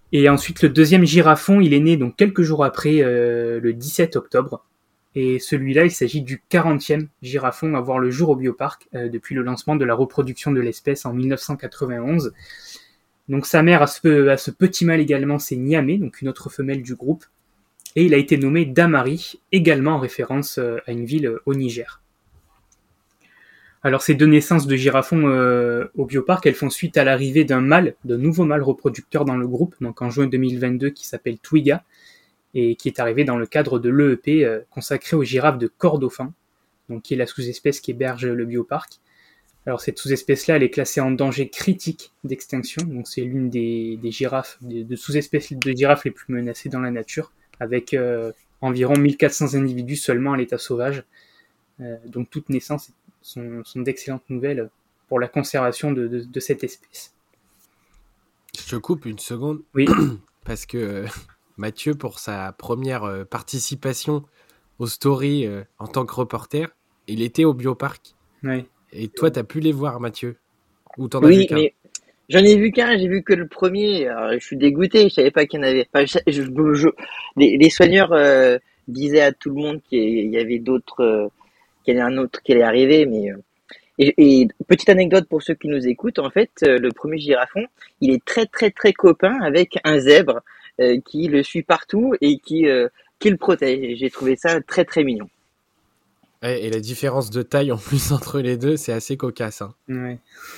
Et ensuite, le deuxième girafon, il est né donc quelques jours après, euh, le dix-sept octobre. Et celui-là, il s'agit du quarantième girafon à voir le jour au bioparc euh, depuis le lancement de la reproduction de l'espèce en dix-neuf cent quatre-vingt-onze. Donc sa mère à ce, à ce petit mâle également, c'est Niamey, donc une autre femelle du groupe. Et il a été nommé Damari, également en référence euh, à une ville euh, au Niger. Alors ces deux naissances de girafons euh, au bioparc, elles font suite à l'arrivée d'un mâle, d'un nouveau mâle reproducteur dans le groupe, donc en juin deux mille vingt-deux, qui s'appelle Twiga, et qui est arrivé dans le cadre de l'E E P euh, consacré aux girafes de Kordofan, donc qui est la sous-espèce qui héberge le bioparc. Alors cette sous-espèce-là, elle est classée en danger critique d'extinction, donc c'est l'une des, des girafes, des, de sous-espèces de girafes les plus menacées dans la nature, avec euh, environ mille quatre cents individus seulement à l'état sauvage. Euh, donc toute naissance sont, sont d'excellentes nouvelles pour la conservation de, de, de cette espèce. Je te coupe une seconde. Oui. Parce que euh, Mathieu, pour sa première euh, participation aux stories euh, en tant que reporter, il était au bioparc. Oui. Et toi, tu as pu les voir, Mathieu? Ou t'en as Oui, vu qu'un? mais j'en ai vu qu'un, j'ai vu que le premier. Alors, je suis dégoûté, je savais pas qu'il y en avait. Enfin, je, je, je, les, les soigneurs euh, disaient à tout le monde qu'il y avait d'autres, euh, qu'il y en a un autre qui allait arriver, mais... Euh, et, et petite anecdote pour ceux qui nous écoutent, en fait, euh, le premier girafon, il est très très très copain avec un zèbre euh, qui le suit partout et qui, euh, qui le protège. Et j'ai trouvé ça très très mignon. Ouais, et la différence de taille en plus entre les deux, c'est assez cocasse. Hein. Ouais.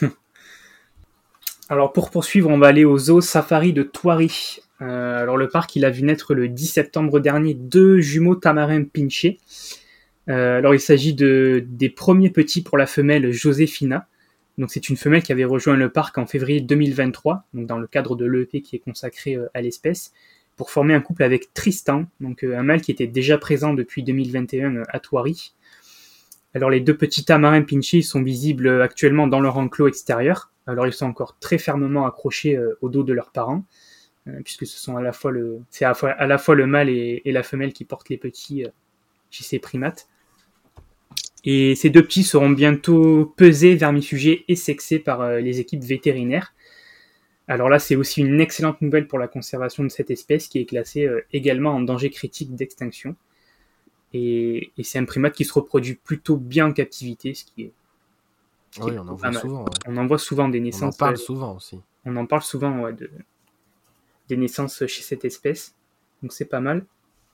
Alors pour poursuivre, on va aller au zoo safari de Thoiry. Euh, alors le parc, il a vu naître le dix septembre dernier deux jumeaux tamarins pinchés. Euh, alors il s'agit de, des premiers petits pour la femelle Joséphina. Donc c'est une femelle qui avait rejoint le parc en février deux mille vingt-trois, donc dans le cadre de l'E E P qui est consacré euh, à l'espèce, pour former un couple avec Tristan, donc euh, un mâle qui était déjà présent depuis deux mille vingt et un euh, à Thoiry. Alors les deux petits tamarins pinchés sont visibles actuellement dans leur enclos extérieur. Alors ils sont encore très fermement accrochés euh, au dos de leurs parents, euh, puisque ce sont à la fois le, c'est à la fois, à la, fois le mâle et, et la femelle qui portent les petits euh, chez ces primates. Et ces deux petits seront bientôt pesés, vermifugés et sexés par euh, les équipes vétérinaires. Alors là, c'est aussi une excellente nouvelle pour la conservation de cette espèce qui est classée euh, également en danger critique d'extinction. Et, et c'est un primate qui se reproduit plutôt bien en captivité, ce qui est... Ce qui oui, est on en voit souvent. Ouais. On en voit souvent des naissances. On en parle euh, souvent aussi. On en parle souvent ouais, de, des naissances chez cette espèce. Donc c'est pas mal.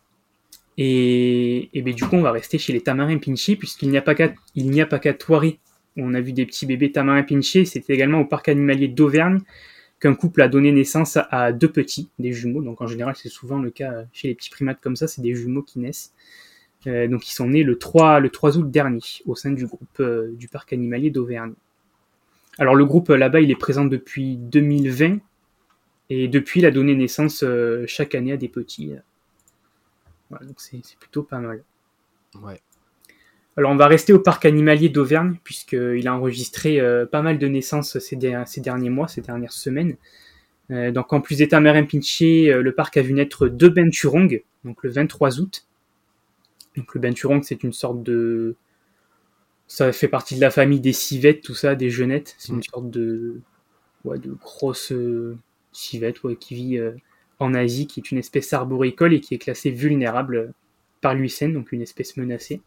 Et, et ben, du coup, on va rester chez les tamarins pinchés, puisqu'il n'y a pas qu'à, il n'y a pas qu'à Thoiry où on a vu des petits bébés tamarins pinchés. C'était également au parc animalier d'Auvergne qu'un couple a donné naissance à deux petits, des jumeaux. Donc en général, c'est souvent le cas chez les petits primates comme ça, c'est des jumeaux qui naissent. Euh, donc ils sont nés le trois, le trois août dernier au sein du groupe euh, du parc animalier d'Auvergne. Alors le groupe euh, là-bas, il est présent depuis deux mille vingt et depuis il a donné naissance euh, chaque année à des petits. Voilà, donc c'est, c'est plutôt pas mal. Ouais. Alors on va rester au parc animalier d'Auvergne puisqu'il a enregistré euh, pas mal de naissances ces, de- ces derniers mois, ces dernières semaines. Euh, donc en plus des tamarins pinchés, euh, le parc a vu naître deux benturong, donc le vingt-trois août. Donc le benturong, c'est une sorte de... Ça fait partie de la famille des civettes, tout ça, des genettes. C'est une sorte de, ouais, de grosse euh, civette ouais, qui vit euh, en Asie, qui est une espèce arboricole et qui est classée vulnérable par l'U I C N, donc une espèce menacée.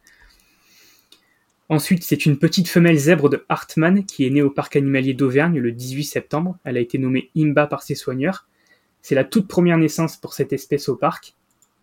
Ensuite, c'est une petite femelle zèbre de Hartmann qui est née au parc animalier d'Auvergne le dix-huit septembre. Elle a été nommée Imba par ses soigneurs. C'est la toute première naissance pour cette espèce au parc.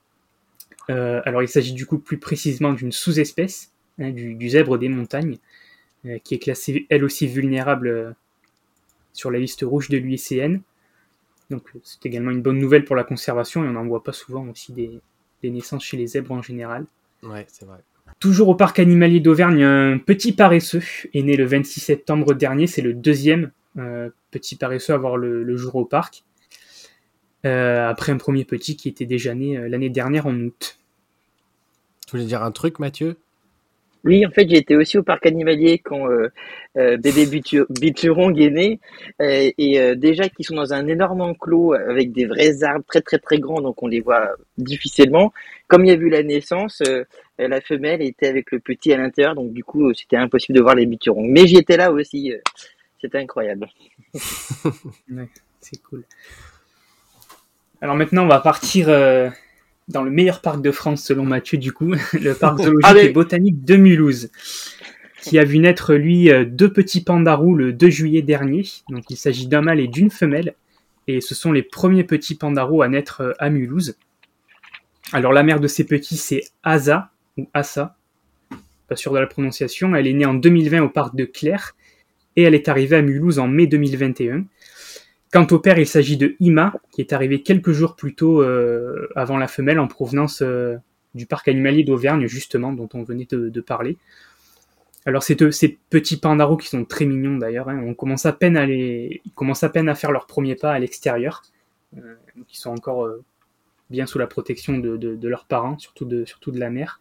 Euh, alors il s'agit du coup plus précisément d'une sous-espèce, hein, du, du zèbre des montagnes, euh, qui est classée elle aussi vulnérable euh, sur la liste rouge de l'U I C N. Donc c'est également une bonne nouvelle pour la conservation et on n'en voit pas souvent aussi des, des naissances chez les zèbres en général. Ouais, c'est vrai. Toujours au parc animalier d'Auvergne, un petit paresseux est né le vingt-six septembre dernier, c'est le deuxième euh, petit paresseux à voir le, le jour au parc. Euh, après un premier petit qui était déjà né euh, l'année dernière en août. Tu voulais dire un truc, Mathieu? Oui, en fait, j'ai été aussi au parc animalier quand euh, euh, bébé Bitu- Biturong est né. Euh, et euh, déjà qu'ils sont dans un énorme enclos avec des vrais arbres très très très grands, donc on les voit difficilement. Comme il y a vu la naissance, euh, la femelle était avec le petit à l'intérieur, donc du coup, c'était impossible de voir les Biturongs. Mais j'y étais là aussi, euh, c'était incroyable. Ouais, c'est cool. Alors maintenant, on va partir euh, dans le meilleur parc de France, selon Mathieu, du coup, le parc zoologique Allez. et botanique de Mulhouse, qui a vu naître, lui, euh, deux petits pandarous le deux juillet dernier. Donc, il s'agit d'un mâle et d'une femelle. Et ce sont les premiers petits pandarous à naître euh, à Mulhouse. Alors, la mère de ces petits, c'est Asa, ou Assa, pas sûr de la prononciation. Elle est née en deux mille vingt au parc de Clères. Et elle est arrivée à Mulhouse en mai deux mille vingt et un. Quant au père, il s'agit de Ima, qui est arrivé quelques jours plus tôt euh, avant la femelle en provenance euh, du parc animalier d'Auvergne, justement, dont on venait de, de parler. Alors, c'est eux, ces petits pandarous qui sont très mignons d'ailleurs, hein, on commence à peine à les... ils commencent à peine à faire leur premier pas à l'extérieur. Euh, donc ils sont encore euh, bien sous la protection de, de, de leurs parents, surtout de, surtout de la mère.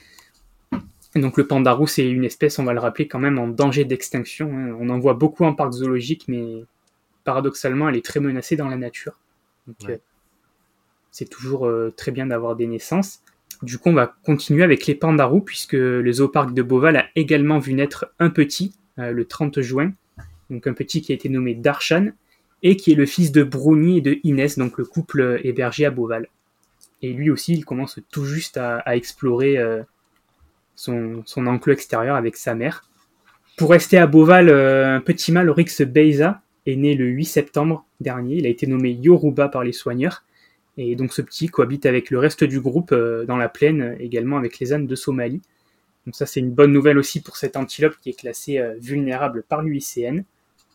Et donc le pandarou, c'est une espèce, on va le rappeler, quand même en danger d'extinction. Hein. On en voit beaucoup en parc zoologique, mais paradoxalement, elle est très menacée dans la nature. Donc, ouais. euh, c'est toujours euh, très bien d'avoir des naissances. Du coup, on va continuer avec les pandarous, puisque le zooparc de Beauval a également vu naître un petit, euh, le trente juin. Donc un petit qui a été nommé Darshan, et qui est le fils de Brownie et de Inès, donc le couple hébergé à Beauval. Et lui aussi, il commence tout juste à, à explorer euh, son, son enclos extérieur avec sa mère. Pour rester à Beauval, euh, un petit mâle, Oryx Beiza, est né le huit septembre dernier. Il a été nommé Yoruba par les soigneurs. Et donc ce petit cohabite avec le reste du groupe euh, dans la plaine, également avec les ânes de Somalie. Donc ça, c'est une bonne nouvelle aussi pour cette antilope qui est classée euh, vulnérable par l'U I C N.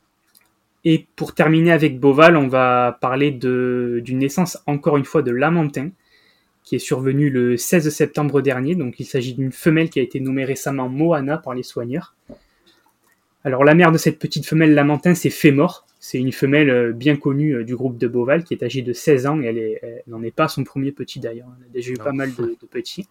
Et pour terminer avec Beauval, on va parler de, d'une naissance, encore une fois, de Lamentin, qui est survenue le seize septembre dernier. Donc il s'agit d'une femelle qui a été nommée récemment Moana par les soigneurs. Alors la mère de cette petite femelle Lamentin, c'est Fémor. C'est une femelle bien connue du groupe de Beauval qui est âgée de seize ans. Et elle, est, elle n'en est pas son premier petit d'ailleurs. Elle a déjà eu non. pas mal de, de petits.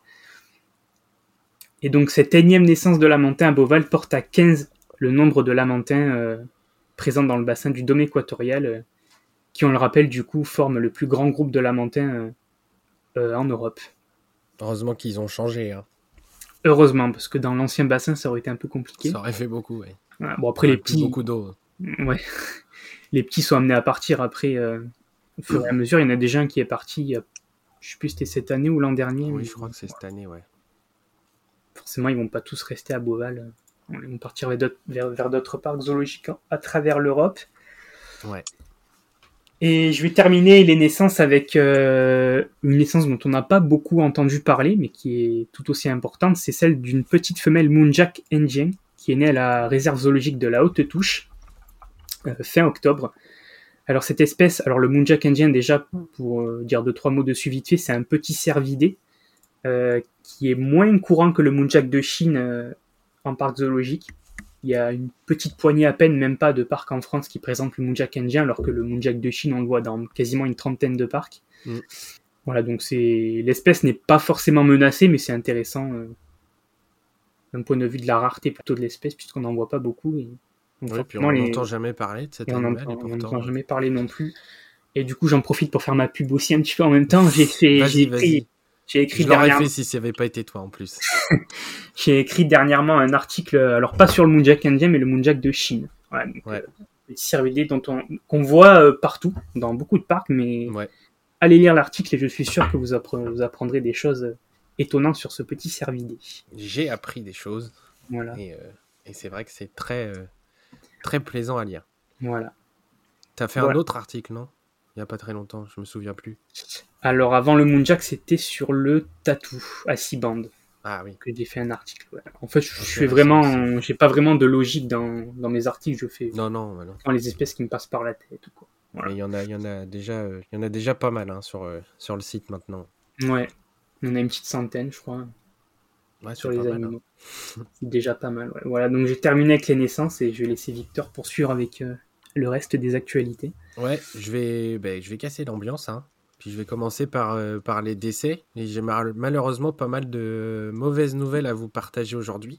Et donc cette énième naissance de Lamentin à Beauval porte à quinze le nombre de Lamentins euh, présents dans le bassin du Dôme équatorial, euh, qui, on le rappelle, du coup, forment le plus grand groupe de Lamentins euh, euh, en Europe. Heureusement qu'ils ont changé. Hein. Heureusement, parce que dans l'ancien bassin, ça aurait été un peu compliqué. Ça aurait fait beaucoup, oui. Voilà. Bon, après, les petits... beaucoup d'eau. Ouais. Les petits sont amenés à partir après, euh, au fur et à mesure. Il y en a déjà un qui est parti, euh, je sais plus si c'était cette année ou l'an dernier. Oui, mais... je crois que c'est cette année, ouais. Forcément, ils vont pas tous rester à Beauval. Ils vont partir vers d'autres, vers, vers d'autres parcs zoologiques à travers l'Europe. Ouais. Et je vais terminer les naissances avec euh, une naissance dont on n'a pas beaucoup entendu parler, mais qui est tout aussi importante. C'est celle d'une petite femelle Muntjac indien, qui est née à la réserve zoologique de la Haute-Touche, euh, fin octobre. Alors cette espèce, alors le Muntjac indien, déjà, pour euh, dire deux, trois mots dessus vite fait, c'est un petit cervidé, euh, qui est moins courant que le Muntjac de Chine euh, en parc zoologique. Il y a une petite poignée à peine, même pas, de parcs en France qui présentent le Muntjac indien, alors que le Muntjac de Chine, on le voit dans quasiment une trentaine de parcs. Mm. Voilà, donc c'est... l'espèce n'est pas forcément menacée, mais c'est intéressant euh, d'un point de vue de la rareté plutôt de l'espèce, puisqu'on n'en voit pas beaucoup. Et... Donc, oui, puis on n'entend les... jamais parler de cet et animal. On n'entend pourtant... jamais parler non plus. Et du coup, j'en profite pour faire ma pub aussi un petit peu en même temps. J'ai fait... Vas-y, j'ai écrit... vas-y. J'ai écrit je l'aurais dernièrement... fait si ça n'avait pas été toi en plus. J'ai écrit dernièrement un article, alors pas sur le Muntjac indien, mais le Muntjac de Chine. Voilà, donc, ouais. euh, les cervidés dont on, qu'on voit euh, partout, dans beaucoup de parcs, mais ouais. allez lire l'article et je suis sûr que vous, appre- vous apprendrez des choses étonnantes sur ce petit cervidé. J'ai appris des choses. Voilà. Et, euh, et c'est vrai que c'est très, euh, très plaisant à lire. Voilà. T'as fait voilà. un autre article, non ? Il n'y a pas très longtemps, je me souviens plus. Alors avant le Muntjac, c'était sur le tatou à six bandes. Ah oui. Que j'ai fait un article. Ouais. En fait, je, je fais vraiment, j'ai pas vraiment de logique dans, dans mes articles. Je fais non non, bah non. Dans les espèces qui me passent par la tête. Quoi. Voilà. Mais il y en a, il y en a déjà, il euh, y en a déjà pas mal hein, sur euh, sur le site maintenant. Ouais. On a une petite centaine, je crois. Ouais, sur les animaux. Mal, hein. C'est déjà pas mal. Ouais. Voilà. Donc j'ai terminé avec les naissances et je vais laisser Victor poursuivre avec euh, le reste des actualités. Ouais, je vais, ben, je vais casser l'ambiance, hein. Puis je vais commencer par, euh, par les décès. Et j'ai mal- malheureusement pas mal de mauvaises nouvelles à vous partager aujourd'hui.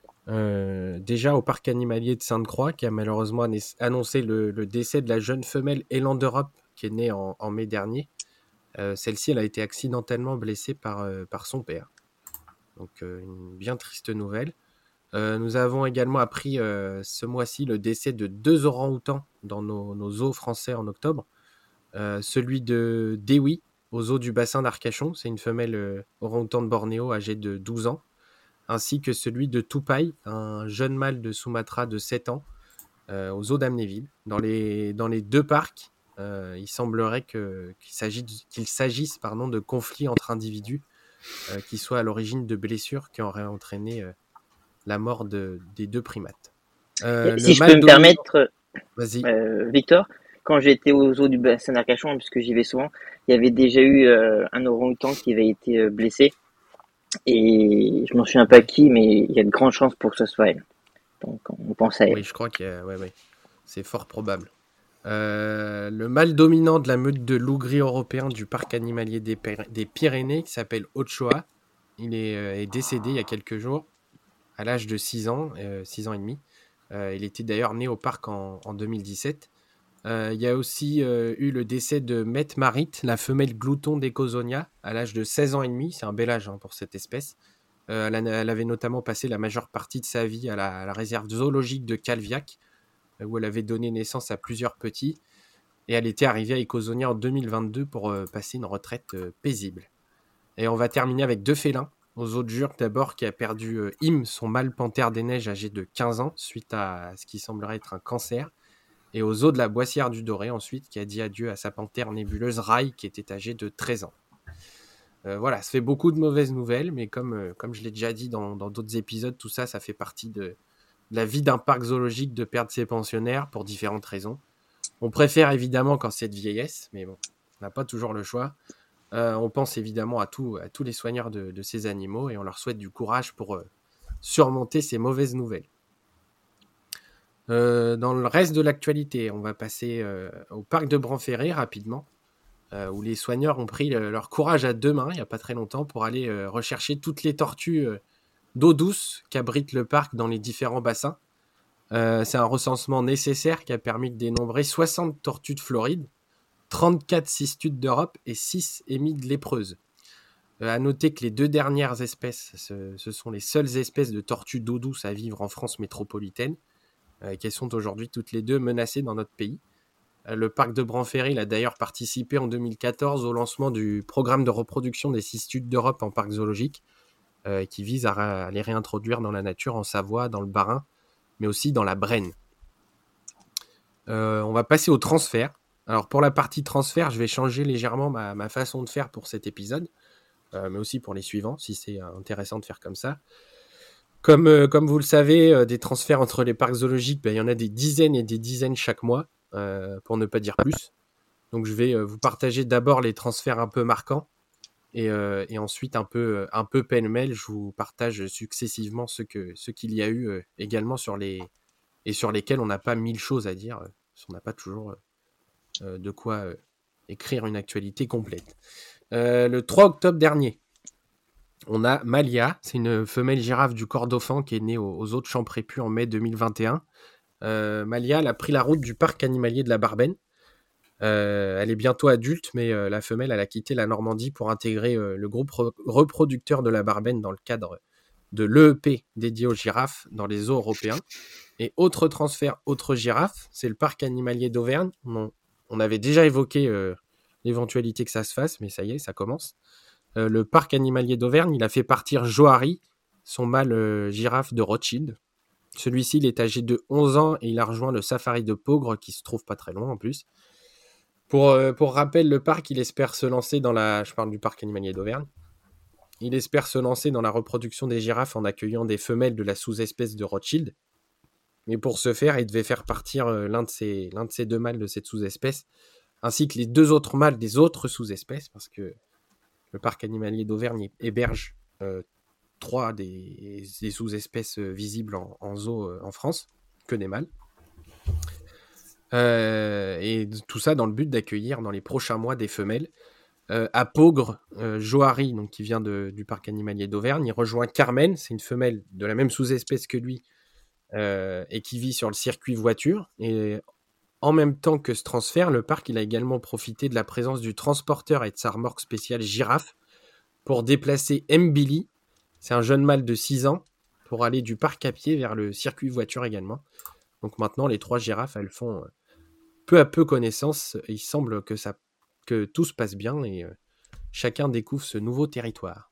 Euh, déjà au parc animalier de Sainte-Croix, qui a malheureusement annoncé le, le décès de la jeune femelle Élan d'Europe, qui est née en, en mai dernier. Euh, celle-ci, elle a été accidentellement blessée par, euh, par son père. Donc euh, une bien triste nouvelle. Euh, nous avons également appris euh, ce mois-ci le décès de deux orang-outans dans nos, nos zoos français en octobre. Euh, celui de Dewi, aux eaux du bassin d'Arcachon, c'est une femelle euh, orang-outan de Bornéo âgée de douze ans, ainsi que celui de Tupai, un jeune mâle de Sumatra de sept ans, euh, aux eaux d'Amnéville. Dans les, dans les deux parcs, euh, il semblerait que, qu'il s'agisse, qu'il s'agisse pardon, de conflits entre individus euh, qui soient à l'origine de blessures qui auraient entraîné euh, la mort de, des deux primates. Euh, Si le je peux mâle me dominant... permettre, Vas-y. euh, Victor, quand j'étais aux eaux du bassin d'Arcachon, puisque j'y vais souvent, il y avait déjà eu euh, un orang-outan qui avait été euh, blessé. Et je m'en souviens pas qui, mais il y a de grandes chances pour que ce soit elle. Donc on pense à elle. Oui, je crois qu'il y a... ouais, ouais. C'est fort probable. Euh, le mâle dominant de la meute de loup gris européen du parc animalier des, Py- des Pyrénées, qui s'appelle Ochoa, il est, euh, est décédé il y a quelques jours, à l'âge de six ans, euh, six ans et demi. Euh, il était d'ailleurs né au parc en, en deux mille dix-sept. Euh, il y a aussi euh, eu le décès de Mette Marit, la femelle glouton d'Ecosonia, à l'âge de seize ans et demi. C'est un bel âge hein, pour cette espèce. Euh, elle, a- elle avait notamment passé la majeure partie de sa vie à la, à la réserve zoologique de Calviac, euh, où elle avait donné naissance à plusieurs petits. Et elle était arrivée à Ecosonia en deux mille vingt-deux pour euh, passer une retraite euh, paisible. Et on va terminer avec deux félins. Aux eaux de Jure, d'abord, qui a perdu euh, Im, son mâle panthère des neiges âgé de quinze ans, suite à ce qui semblerait être un cancer. Et aux eaux de la Boissière du Doré, ensuite, qui a dit adieu à sa panthère nébuleuse Rai, qui était âgée de treize ans. Euh, voilà, ça fait beaucoup de mauvaises nouvelles, mais comme, euh, comme je l'ai déjà dit dans, dans d'autres épisodes, tout ça, ça fait partie de, de la vie d'un parc zoologique de perdre ses pensionnaires pour différentes raisons. On préfère évidemment quand c'est de vieillesse, mais bon, on n'a pas toujours le choix. Euh, on pense évidemment à, tout, à tous les soigneurs de, de ces animaux et on leur souhaite du courage pour euh, surmonter ces mauvaises nouvelles. Euh, dans le reste de l'actualité, on va passer euh, au parc de Branferré rapidement, euh, où les soigneurs ont pris le, leur courage à deux mains il n'y a pas très longtemps pour aller euh, rechercher toutes les tortues euh, d'eau douce qu'abrite le parc dans les différents bassins. Euh, c'est un recensement nécessaire qui a permis de dénombrer soixante tortues de Floride, trente-quatre cistudes d'Europe et six émides lépreuses. Euh, à noter que les deux dernières espèces, ce, ce sont les seules espèces de tortues d'eau douce à vivre en France métropolitaine, euh, qui sont aujourd'hui toutes les deux menacées dans notre pays. Euh, le parc de Branferré il a d'ailleurs participé en deux mille quatorze au lancement du programme de reproduction des cistudes d'Europe en parc zoologique, euh, qui vise à, à les réintroduire dans la nature en Savoie, dans le Bas-Rhin, mais aussi dans la Brenne. Euh, on va passer au transfert. Alors pour la partie transfert, je vais changer légèrement ma, ma façon de faire pour cet épisode, euh, mais aussi pour les suivants, si c'est intéressant de faire comme ça. Comme, euh, comme vous le savez, euh, des transferts entre les parcs zoologiques, ben, il y en a des dizaines et des dizaines chaque mois, euh, pour ne pas dire plus. Donc je vais euh, vous partager d'abord les transferts un peu marquants, et, euh, et ensuite un peu, un peu pêle-mêle, je vous partage successivement ce, que, ce qu'il y a eu euh, également sur les, et sur lesquels on n'a pas mille choses à dire, euh, parce qu'on n'a pas toujours euh, de quoi euh, écrire une actualité complète. Euh, le trois octobre dernier, on a Malia, c'est une femelle girafe du Kordofan qui est née aux, aux eaux de Champrépus en mai deux mille vingt et un. Euh, Malia, elle a pris la route du parc animalier de la Barbenne. Euh, elle est bientôt adulte, mais euh, la femelle, elle a quitté la Normandie pour intégrer euh, le groupe re- reproducteur de la Barbenne dans le cadre de l'E E P dédié aux girafes dans les zoos européens. Et autre transfert, autre girafe, c'est le parc animalier d'Auvergne. On, on avait déjà évoqué euh, l'éventualité que ça se fasse, mais ça y est, ça commence. Euh, le parc animalier d'Auvergne, il a fait partir Johari, son mâle euh, girafe de Rothschild. Celui-ci, il est âgé de onze ans et il a rejoint le safari de Peaugres, qui se trouve pas très loin en plus. Pour, euh, pour rappel, le parc, il espère se lancer dans la... Je parle du parc animalier d'Auvergne. Il espère se lancer dans la reproduction des girafes en accueillant des femelles de la sous-espèce de Rothschild. Mais pour ce faire, il devait faire partir euh, l'un, de ces, l'un de ces deux mâles de cette sous-espèce, ainsi que les deux autres mâles des autres sous-espèces, parce que le parc animalier d'Auvergne héberge euh, trois des, des sous-espèces euh, visibles en, en zoo euh, en France, que des mâles. Euh, et tout ça dans le but d'accueillir dans les prochains mois des femelles. Euh, à Peaugres, euh, Johari, donc, qui vient de, du parc animalier d'Auvergne, il rejoint Carmen, c'est une femelle de la même sous-espèce que lui, euh, et qui vit sur le circuit voiture. Et en même temps que ce transfert, le parc il a également profité de la présence du transporteur et de sa remorque spéciale girafe pour déplacer Mbili, c'est un jeune mâle de six ans, pour aller du parc à pied vers le circuit voiture également. Donc maintenant, les trois girafes, elles font peu à peu connaissance. Il semble que, ça, que tout se passe bien et euh, chacun découvre ce nouveau territoire.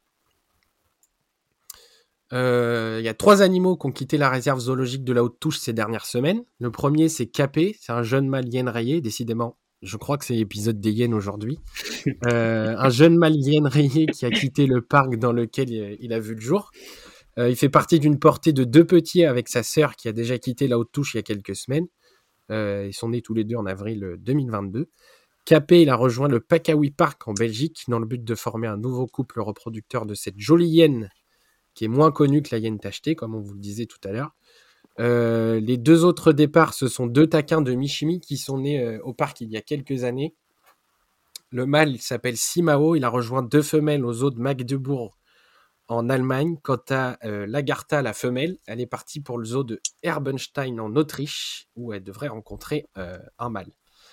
Il euh, y a trois animaux qui ont quitté la réserve zoologique de la Haute-Touche ces dernières semaines. Le premier, c'est Capé, c'est un jeune mâle hyène rayé, décidément. Je crois que c'est l'épisode des hyènes aujourd'hui. Euh, un jeune mâle hyène rayé qui a quitté le parc dans lequel il a vu le jour. Euh, il fait partie d'une portée de deux petits avec sa sœur qui a déjà quitté la Haute-Touche il y a quelques semaines. Euh, ils sont nés tous les deux en avril deux mille vingt-deux. Capé, il a rejoint le Pakawi Park en Belgique dans le but de former un nouveau couple reproducteur de cette jolie hyène qui est moins connue que la hyène tachetée, comme on vous le disait tout à l'heure. Euh, les deux autres départs, ce sont deux taquins de Michimi qui sont nés euh, au parc il y a quelques années. Le mâle, il s'appelle Simao, il a rejoint deux femelles aux zoo de Magdebourg en Allemagne. Quant à euh, Lagartha, la femelle, elle est partie pour le zoo de Herbenstein en Autriche, où elle devrait rencontrer euh, un mâle.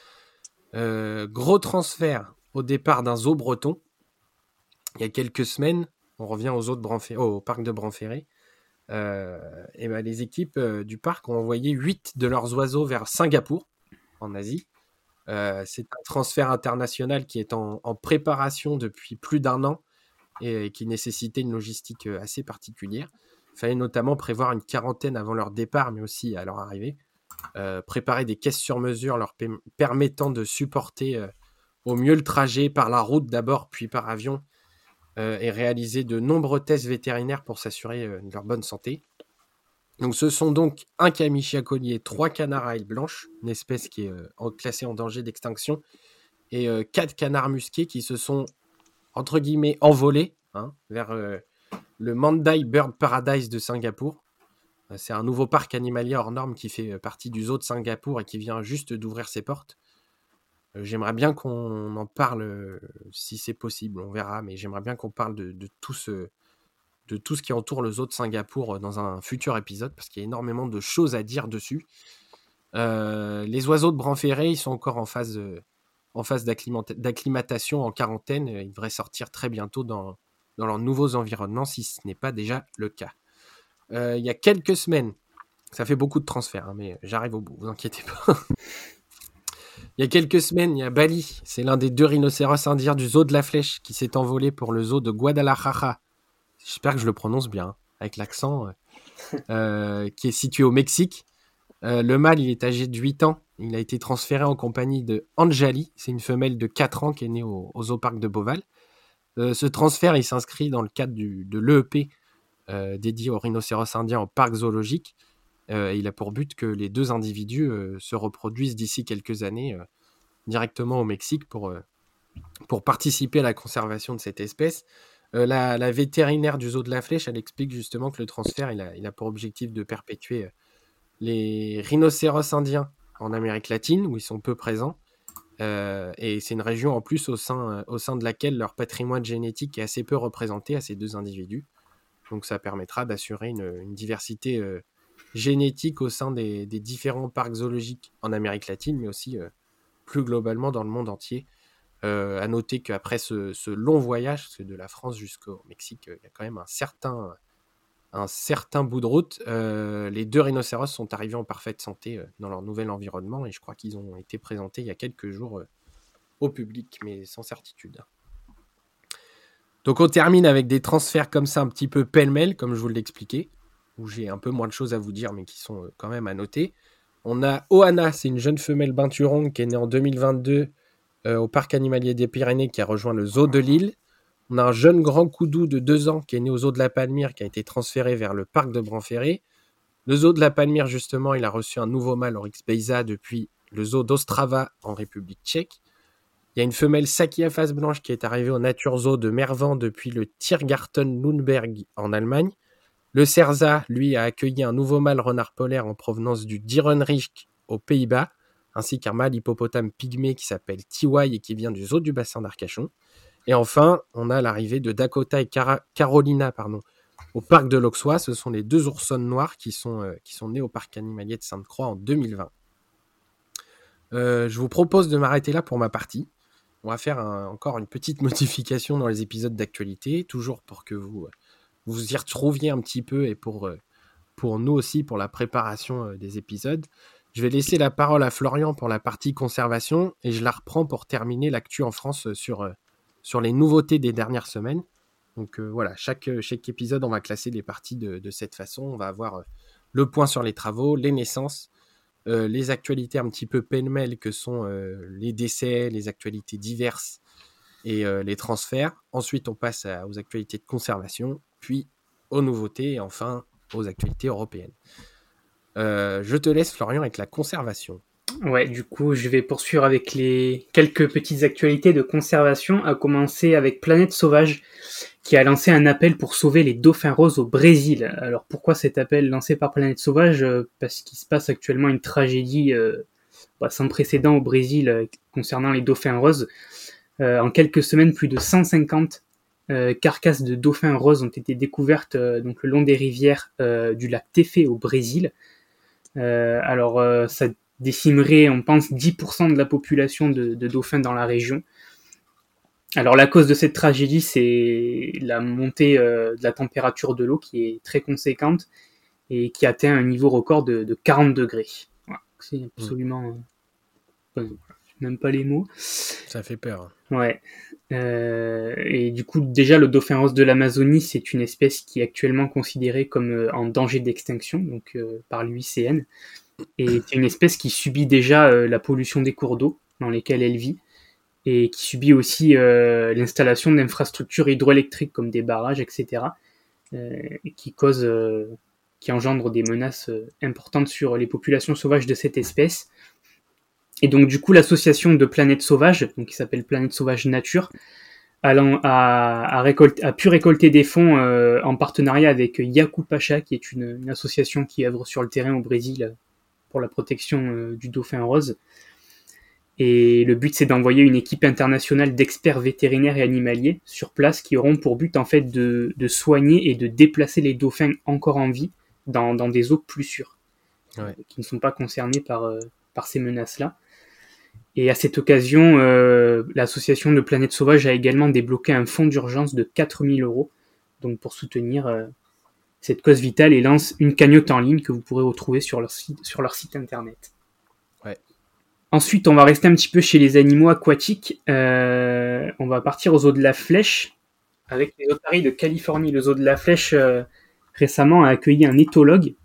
Euh, gros transfert au départ d'un zoo breton. Il y a quelques semaines, on revient aux zoo de Branferré, au parc de Branferré. Euh, et ben les équipes euh, du parc ont envoyé huit de leurs oiseaux vers Singapour, en Asie. Euh, c'est un transfert international qui est en, en préparation depuis plus d'un an et, et qui nécessitait une logistique assez particulière. Il fallait notamment prévoir une quarantaine avant leur départ, mais aussi à leur arrivée. Euh, préparer des caisses sur mesure leur p- permettant de supporter euh, au mieux le trajet par la route d'abord, puis par avion, euh, et réaliser de nombreux tests vétérinaires pour s'assurer euh, de leur bonne santé. Donc, ce sont donc un camichia collier, trois canards à ailes blanches, une espèce qui est euh, classée en danger d'extinction, et euh, quatre canards musqués qui se sont, entre guillemets, envolés hein, vers euh, le Mandai Bird Paradise de Singapour. Euh, c'est un nouveau parc animalier hors norme qui fait partie du zoo de Singapour et qui vient juste d'ouvrir ses portes. Euh, j'aimerais bien qu'on en parle, euh, si c'est possible, on verra, mais j'aimerais bien qu'on parle de, de tout ce... de tout ce qui entoure le zoo de Singapour dans un futur épisode, parce qu'il y a énormément de choses à dire dessus. Euh, les oiseaux de Branferré, ils sont encore en phase, euh, en phase d'acclimata- d'acclimatation en quarantaine. Ils devraient sortir très bientôt dans, dans leurs nouveaux environnements, si ce n'est pas déjà le cas. Euh, il y a quelques semaines, ça fait beaucoup de transferts, hein, mais j'arrive au bout, vous inquiétez pas. Il y a quelques semaines, il y a Bali, c'est l'un des deux rhinocéros indiens du zoo de la Flèche qui s'est envolé pour le zoo de Guadalajara. J'espère que je le prononce bien, avec l'accent, euh, euh, qui est situé au Mexique. Euh, le mâle, il est âgé de huit ans. Il a été transféré en compagnie de Anjali. C'est une femelle de quatre ans qui est née au, au zooparc de Beauval. Euh, ce transfert, il s'inscrit dans le cadre du, de l'E E P euh, dédié aux rhinocéros indiens en parc zoologique. Euh, il a pour but que les deux individus euh, se reproduisent d'ici quelques années euh, directement au Mexique pour, euh, pour participer à la conservation de cette espèce. Euh, la, la vétérinaire du zoo de la Flèche, elle explique justement que le transfert, il a, il a pour objectif de perpétuer les rhinocéros indiens en Amérique latine, où ils sont peu présents. Euh, et c'est une région en plus au sein, au sein de laquelle leur patrimoine génétique est assez peu représenté à ces deux individus. Donc ça permettra d'assurer une, une diversité euh, génétique au sein des, des différents parcs zoologiques en Amérique latine, mais aussi euh, plus globalement dans le monde entier. Euh, à noter qu'après ce, ce long voyage, parce que de la France jusqu'au Mexique, il y a quand même un certain, un certain bout de route. Euh, les deux rhinocéros sont arrivés en parfaite santé euh, dans leur nouvel environnement et je crois qu'ils ont été présentés il y a quelques jours euh, au public, mais sans certitude. Donc on termine avec des transferts comme ça un petit peu pêle-mêle, comme je vous l'expliquais, où j'ai un peu moins de choses à vous dire, mais qui sont euh, quand même à noter. On a Ohana, c'est une jeune femelle binturong qui est née en deux mille vingt-deux Euh, au parc animalier des Pyrénées qui a rejoint le zoo de Lille. On a un jeune grand coudou de deux ans qui est né au zoo de la Palmyre qui a été transféré vers le parc de Branferré. Le zoo de la Palmyre, justement, il a reçu un nouveau mâle Oryx Beiza depuis le zoo d'Ostrava en République tchèque. Il y a une femelle Sakia face blanche qui est arrivée au Nature Zoo de Mervan depuis le Tiergarten Lundberg en Allemagne. Le Cerza, lui, a accueilli un nouveau mâle renard polaire en provenance du Dierenrijk aux Pays-Bas, ainsi qu'un mâle hippopotame pygmée qui s'appelle Tiwai et qui vient du zoo du bassin d'Arcachon. Et enfin, on a l'arrivée de Dakota et Cara- Carolina pardon, au parc de l'Auxois. Ce sont les deux oursonnes noires qui sont, euh, qui sont nées au parc animalier de Sainte-Croix en deux mille vingt. Euh, je vous propose de m'arrêter là pour ma partie. On va faire un, encore une petite modification dans les épisodes d'actualité, toujours pour que vous, vous y retrouviez un petit peu et pour, pour nous aussi, pour la préparation des épisodes. Je vais laisser la parole à Florian pour la partie conservation et je la reprends pour terminer l'actu en France sur, euh, sur les nouveautés des dernières semaines. Donc euh, voilà, chaque, chaque épisode, on va classer les parties de, de cette façon. On va avoir euh, le point sur les travaux, les naissances, euh, les actualités un petit peu pêle-mêle que sont euh, les décès, les actualités diverses et euh, les transferts. Ensuite, on passe à, aux actualités de conservation, puis aux nouveautés et enfin aux actualités européennes. Euh, je te laisse, Florian, avec la conservation. Ouais, du coup, je vais poursuivre avec les quelques petites actualités de conservation, à commencer avec Planète Sauvage, qui a lancé un appel pour sauver les dauphins roses au Brésil. Alors, pourquoi cet appel lancé par Planète Sauvage ? Parce qu'il se passe actuellement une tragédie euh, bah, sans précédent au Brésil euh, concernant les dauphins roses. Euh, en quelques semaines, plus de cent cinquante euh, carcasses de dauphins roses ont été découvertes euh, donc, le long des rivières euh, du lac Tefé au Brésil. Euh, alors, euh, ça décimerait, on pense, dix pour cent de la population de, de dauphins dans la région. Alors, la cause de cette tragédie, c'est la montée euh, de la température de l'eau qui est très conséquente et qui atteint un niveau record de, de quarante degrés. Voilà, c'est absolument... Euh, même pas les mots. Ça fait peur. Ouais. Euh, et du coup, déjà, le dauphin rose de l'Amazonie, c'est une espèce qui est actuellement considérée comme euh, en danger d'extinction, donc euh, par l'U I C N. Et c'est une espèce qui subit déjà euh, la pollution des cours d'eau dans lesquels elle vit, et qui subit aussi euh, l'installation d'infrastructures hydroélectriques comme des barrages, et cetera, euh, qui causent, euh, qui engendrent des menaces euh, importantes sur les populations sauvages de cette espèce. Et donc du coup, l'association de Planète Sauvage, donc qui s'appelle Planète Sauvage Nature, a, a, a, récolté, a pu récolter des fonds euh, en partenariat avec Yaku Pacha, qui est une, une association qui œuvre sur le terrain au Brésil pour la protection euh, du dauphin rose. Et le but, c'est d'envoyer une équipe internationale d'experts vétérinaires et animaliers sur place qui auront pour but en fait de, de soigner et de déplacer les dauphins encore en vie dans, dans des eaux plus sûres, ouais. qui ne sont pas concernés par, euh, par ces menaces-là. Et à cette occasion, euh, l'association de Planète Sauvage a également débloqué un fonds d'urgence de quatre mille euros donc pour soutenir euh, cette cause vitale et lance une cagnotte en ligne que vous pourrez retrouver sur leur site, sur leur site internet. Ouais. Ensuite, on va rester un petit peu chez les animaux aquatiques. Euh, on va partir aux Zoo de la Flèche avec les otaries de Californie. Le Zoo de la Flèche euh, récemment a accueilli un éthologue,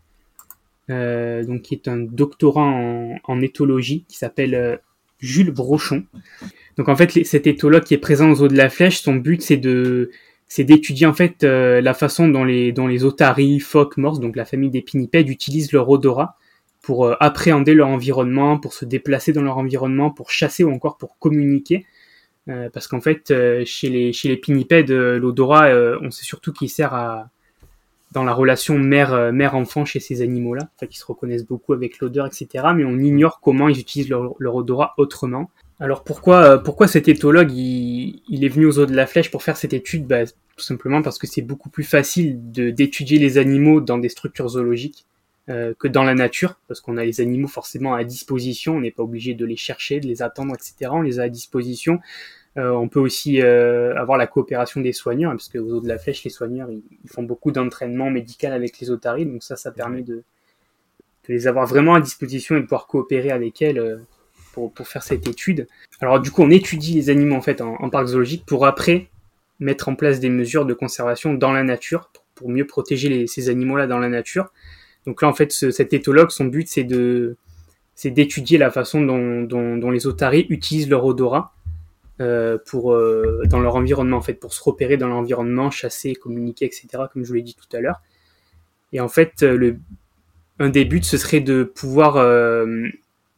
euh, donc qui est un doctorant en, en éthologie qui s'appelle euh, Jules Brochon. Donc en fait, les, cet éthologue qui est présent aux Zoo de la Flèche, son but c'est de c'est d'étudier en fait euh, la façon dont les dont les otaries, phoques, morses, donc la famille des pinnipèdes, utilisent leur odorat pour euh, appréhender leur environnement, pour se déplacer dans leur environnement, pour chasser ou encore pour communiquer. Euh, parce qu'en fait, euh, chez les chez les pinnipèdes, euh, l'odorat, euh, on sait surtout qu'il sert à dans la relation mère euh, mère-enfant chez ces animaux-là, enfin qui se reconnaissent beaucoup avec l'odeur, et cetera. Mais on ignore comment ils utilisent leur, leur odorat autrement. Alors pourquoi euh, pourquoi cet éthologue il, il est venu aux Zoo de la Flèche pour faire cette étude ? Bah, tout simplement parce que c'est beaucoup plus facile de d'étudier les animaux dans des structures zoologiques euh, que dans la nature, parce qu'on a les animaux forcément à disposition, on n'est pas obligé de les chercher, de les attendre, et cetera. On les a à disposition. Euh, on peut aussi euh, avoir la coopération des soigneurs, hein, parce que aux Zoo de la Flèche, les soigneurs ils, ils font beaucoup d'entraînement médical avec les otaries, donc ça, ça permet de, de les avoir vraiment à disposition et de pouvoir coopérer avec elles euh, pour, pour faire cette étude. Alors du coup, on étudie les animaux en fait en, en parc zoologique pour après mettre en place des mesures de conservation dans la nature pour, pour mieux protéger les, ces animaux-là dans la nature. Donc là, en fait, ce, cet éthologue, son but, c'est de c'est d'étudier la façon dont, dont, dont les otaries utilisent leur odorat Euh, pour euh, dans leur environnement en fait, pour se repérer dans l'environnement, chasser, communiquer, et cetera. Comme je vous l'ai dit tout à l'heure. Et en fait, le un des buts ce serait de pouvoir euh,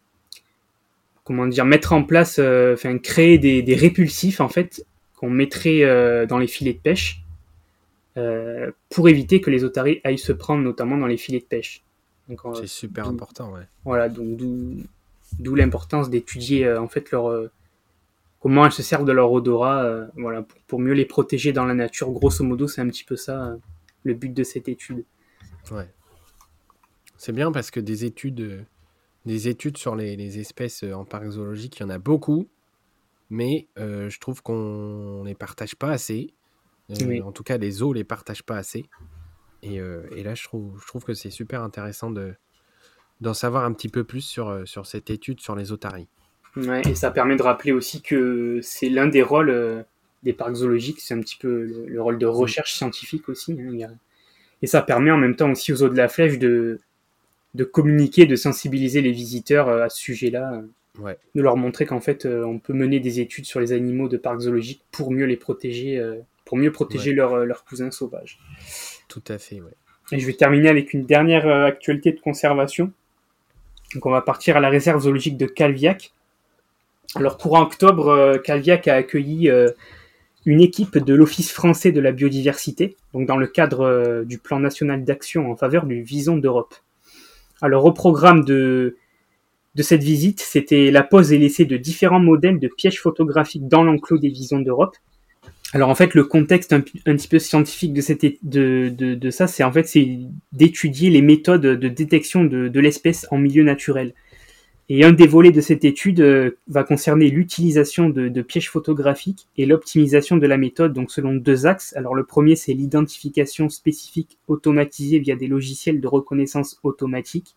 comment dire mettre en place, euh, enfin créer des, des répulsifs en fait qu'on mettrait euh, dans les filets de pêche euh, pour éviter que les otaries aillent se prendre notamment dans les filets de pêche. Donc, c'est euh, super d'où, important, ouais. Voilà, donc d'où, d'où l'importance d'étudier euh, en fait leur euh, comment elles se servent de leur odorat, euh, voilà, pour, pour mieux les protéger dans la nature. Grosso modo, c'est un petit peu ça, euh, le but de cette étude. Ouais. C'est bien parce que des études, euh, des études sur les, les espèces en parc zoologique, il y en a beaucoup, mais euh, je trouve qu'on ne les partage pas assez. Euh, oui. En tout cas, les zoos ne les partagent pas assez. Et, euh, et là, je trouve, je trouve que c'est super intéressant de, d'en savoir un petit peu plus sur, sur cette étude sur les otaries. Ouais, et ça permet de rappeler aussi que c'est l'un des rôles euh, des parcs zoologiques, c'est un petit peu le, le rôle de recherche scientifique aussi. Hein, il y a... Et ça permet en même temps aussi aux Zoo de la Flèche de, de communiquer, de sensibiliser les visiteurs euh, à ce sujet-là, euh, ouais. de leur montrer qu'en fait euh, on peut mener des études sur les animaux de parcs zoologiques pour mieux les protéger, euh, pour mieux protéger ouais. leurs leur cousins sauvages. Tout à fait, ouais. Et je vais terminer avec une dernière euh, actualité de conservation. Donc on va partir à la réserve zoologique de Calviac. Alors, courant octobre, euh, Calviac a accueilli euh, une équipe de l'Office français de la biodiversité, donc dans le cadre euh, du plan national d'action en faveur du vison d'Europe. Alors, au programme de, de cette visite, c'était la pose et l'essai de différents modèles de pièges photographiques dans l'enclos des visons d'Europe. Alors, en fait, le contexte un, un petit peu scientifique de, cette, de, de, de ça, c'est en fait c'est d'étudier les méthodes de détection de, de l'espèce en milieu naturel. Et un des volets de cette étude euh, va concerner l'utilisation de, de pièges photographiques et l'optimisation de la méthode, donc selon deux axes. Alors le premier, c'est l'identification spécifique automatisée via des logiciels de reconnaissance automatique.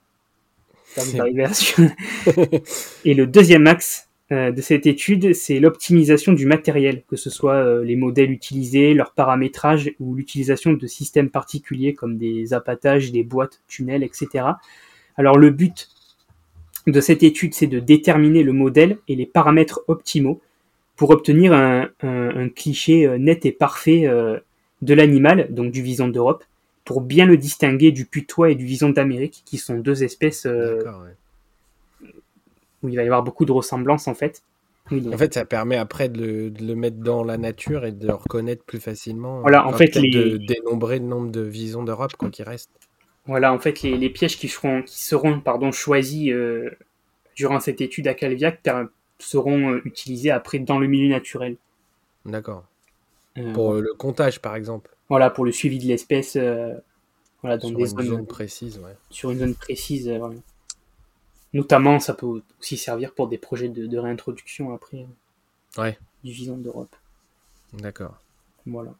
Ça vous arrive à suivre. Et le deuxième axe euh, de cette étude, c'est l'optimisation du matériel, que ce soit euh, les modèles utilisés, leur paramétrage ou l'utilisation de systèmes particuliers comme des appâtages, des boîtes, tunnels, et cetera. Alors le but de cette étude, c'est de déterminer le modèle et les paramètres optimaux pour obtenir un, un, un cliché net et parfait euh, de l'animal, donc du vison d'Europe, pour bien le distinguer du putois et du vison d'Amérique, qui sont deux espèces euh, ouais. où il va y avoir beaucoup de ressemblances en fait. Oui, donc... En fait, ça permet après de le, de le mettre dans la nature et de le reconnaître plus facilement. Voilà, en fait, les... de dénombrer le nombre de visons d'Europe quoi qui reste. Voilà, en fait, les, les pièges qui seront, qui seront pardon, choisis euh, durant cette étude à Calviac seront euh, utilisés après dans le milieu naturel. D'accord. Euh, pour voilà. Le comptage, par exemple. Voilà, pour le suivi de l'espèce. Euh, voilà, dans sur des une zones zone précise, ouais. Sur une zone précise. Euh, voilà. Notamment, ça peut aussi servir pour des projets de, de réintroduction après euh, ouais. du vison d'Europe. D'accord. Voilà.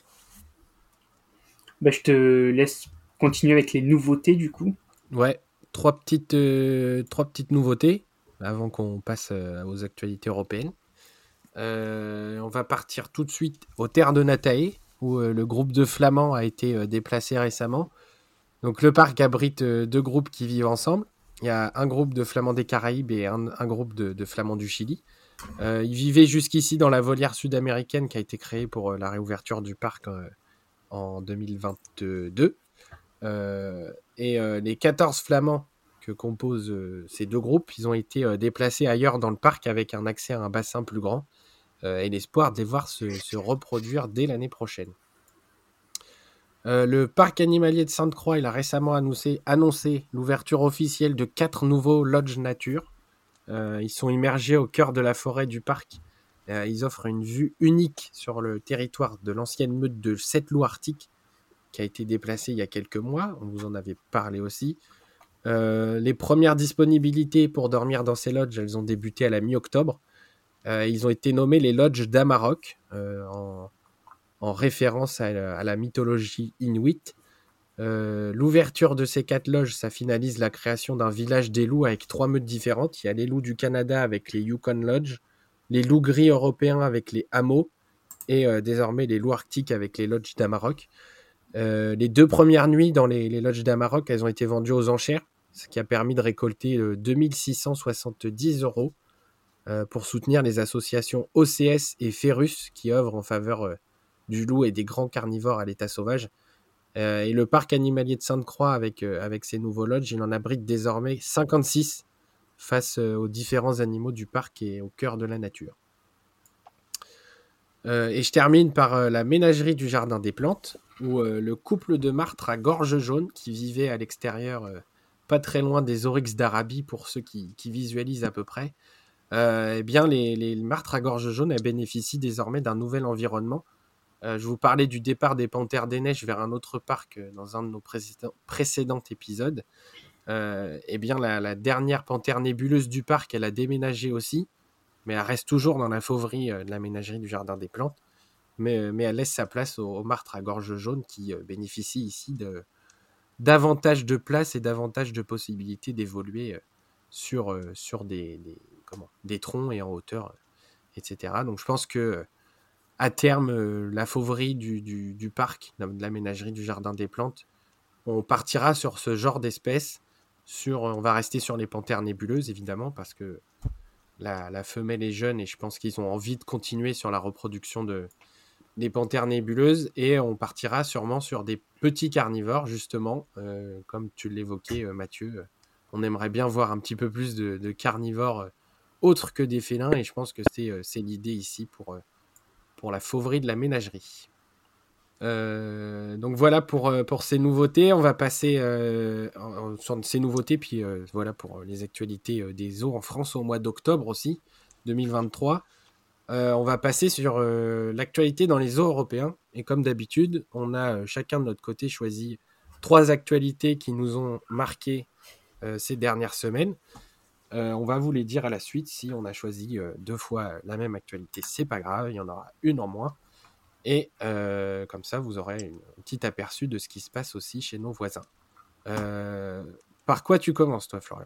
Bah, je te laisse continuer avec les nouveautés du coup. Ouais, trois petites, euh, trois petites nouveautés avant qu'on passe euh, aux actualités européennes. Euh, on va partir tout de suite aux terres de Natae, où euh, le groupe de flamands a été euh, déplacé récemment. Donc le parc abrite euh, deux groupes qui vivent ensemble. Il y a un groupe de flamands des Caraïbes et un, un groupe de, de flamands du Chili. Euh, ils vivaient jusqu'ici dans la volière sud-américaine qui a été créée pour euh, la réouverture du parc euh, en deux mille vingt-deux. Euh, et euh, les quatorze flamands que composent euh, ces deux groupes, ils ont été euh, déplacés ailleurs dans le parc avec un accès à un bassin plus grand euh, et l'espoir de les voir se, se reproduire dès l'année prochaine. Euh, le parc animalier de Sainte-Croix, il a récemment annoncé, annoncé l'ouverture officielle de quatre nouveaux lodges nature. Euh, ils sont immergés au cœur de la forêt du parc. Euh, ils offrent une vue unique sur le territoire de l'ancienne meute de sept loups arctiques qui a été déplacé il y a quelques mois. On vous en avait parlé aussi. Euh, les premières disponibilités pour dormir dans ces lodges, elles ont débuté à la mi-octobre. Euh, ils ont été nommés les lodges d'Amarok, euh, en, en référence à la, à la mythologie inuit. Euh, l'ouverture de ces quatre loges, ça finalise la création d'un village des loups avec trois meutes différentes. Il y a les loups du Canada avec les Yukon Lodge, les loups gris européens avec les hameaux et euh, désormais les loups arctiques avec les lodges d'Amarok. Euh, les deux premières nuits dans les, les lodges d'Amarok, elles ont été vendues aux enchères, ce qui a permis de récolter euh, deux mille six cent soixante-dix euros euh, pour soutenir les associations O C S et Ferus qui œuvrent en faveur euh, du loup et des grands carnivores à l'état sauvage. Euh, et le parc animalier de Sainte-Croix, avec, euh, avec ses nouveaux lodges, il en abrite désormais cinquante-six face euh, aux différents animaux du parc et au cœur de la nature. Euh, et je termine par euh, la ménagerie du Jardin des Plantes, où euh, le couple de martres à gorge jaune, qui vivait à l'extérieur, euh, pas très loin des oryx d'Arabie, pour ceux qui, qui visualisent à peu près, euh, eh bien les, les martres à gorge jaune elles bénéficient désormais d'un nouvel environnement. Euh, je vous parlais du départ des Panthères des Neiges vers un autre parc euh, dans un de nos précédents, précédents épisodes. Euh, eh bien la, la dernière panthère nébuleuse du parc, elle a déménagé aussi, mais elle reste toujours dans la fauverie euh, de la ménagerie du Jardin des Plantes. Mais, mais elle laisse sa place aux, aux martres à gorge jaune qui euh, bénéficient ici de, davantage de place et davantage de possibilités d'évoluer euh, sur, euh, sur des, des, comment, des troncs et en hauteur, euh, et cetera. Donc je pense que à terme, euh, la fauverie du, du, du parc, de la ménagerie du jardin des plantes, on partira sur ce genre d'espèces. Sur, on va rester sur les panthères nébuleuses, évidemment, parce que la, la femelle est jeune et je pense qu'ils ont envie de continuer sur la reproduction de, des panthères nébuleuses. Et on partira sûrement sur des petits carnivores, justement, euh, comme tu l'évoquais, euh, Mathieu. On aimerait bien voir un petit peu plus de, de carnivores euh, autres que des félins, et je pense que c'est, euh, c'est l'idée ici pour, euh, pour la fauverie de la ménagerie. Euh, donc voilà pour, euh, pour ces nouveautés. On va passer euh, en, sur ces nouveautés, puis euh, voilà pour les actualités euh, des zoos en France au mois d'octobre aussi, deux mille vingt-trois. Euh, on va passer sur euh, l'actualité dans les zoos européens. Et comme d'habitude, on a euh, chacun de notre côté choisi trois actualités qui nous ont marqué euh, ces dernières semaines. Euh, on va vous les dire à la suite. Si on a choisi euh, deux fois la même actualité, c'est pas grave, il y en aura une en moins. Et euh, comme ça, vous aurez une, un petit aperçu de ce qui se passe aussi chez nos voisins. Euh, par quoi tu commences, toi, Florian ?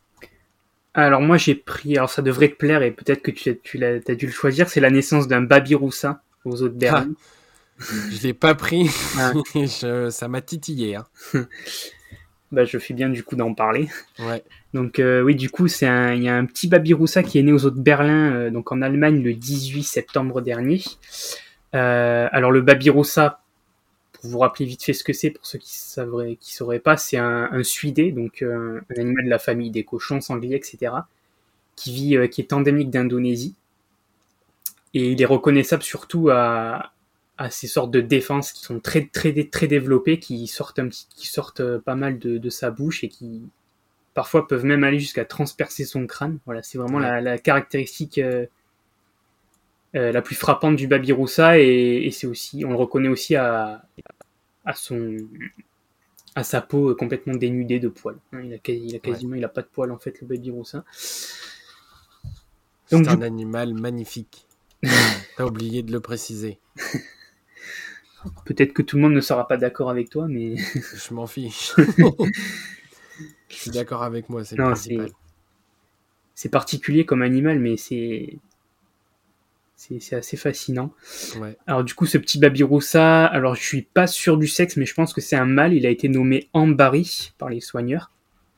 Alors moi j'ai pris, alors ça devrait te plaire et peut-être que tu, tu l'as, t'as dû le choisir, c'est la naissance d'un babiroussa aux zoo de Berlin. Ah, je l'ai pas pris, Ah. je, ça m'a titillé. Hein. Bah, je fais bien du coup d'en parler. Ouais. Donc euh, oui, du coup, c'est un, il y a un petit babiroussa qui est né aux zoo de Berlin, euh, donc en Allemagne, le dix-huit septembre dernier. Euh, alors le babiroussa, pour vous rappeler vite fait ce que c'est, pour ceux qui saveraient, qui sauraient pas, c'est un, un suidé, donc euh, un animal de la famille des cochons, sangliers, et cetera, qui vit, euh, qui est endémique d'Indonésie. Et il est reconnaissable surtout à, à ces sortes de défenses qui sont très très très développées, qui sortent un petit, qui sortent pas mal de, de sa bouche et qui parfois peuvent même aller jusqu'à transpercer son crâne. Voilà, c'est vraiment ouais. la, la caractéristique euh, euh, la plus frappante du babiroussa et, et c'est aussi, on le reconnaît aussi à, à son, à sa peau complètement dénudée de poils. Il a, il a quasiment, ouais. il a pas de poils en fait le babiroussa. Donc, c'est un du... animal magnifique. T'as oublié de le préciser. Peut-être que tout le monde ne sera pas d'accord avec toi, mais je m'en fiche. Je suis d'accord avec moi, c'est non, le principal. C'est... c'est particulier comme animal, mais c'est c'est, c'est assez fascinant. Ouais. Alors du coup, ce petit babiroussa, alors je suis pas sûr du sexe, mais je pense que c'est un mâle. Il a été nommé Ambari par les soigneurs,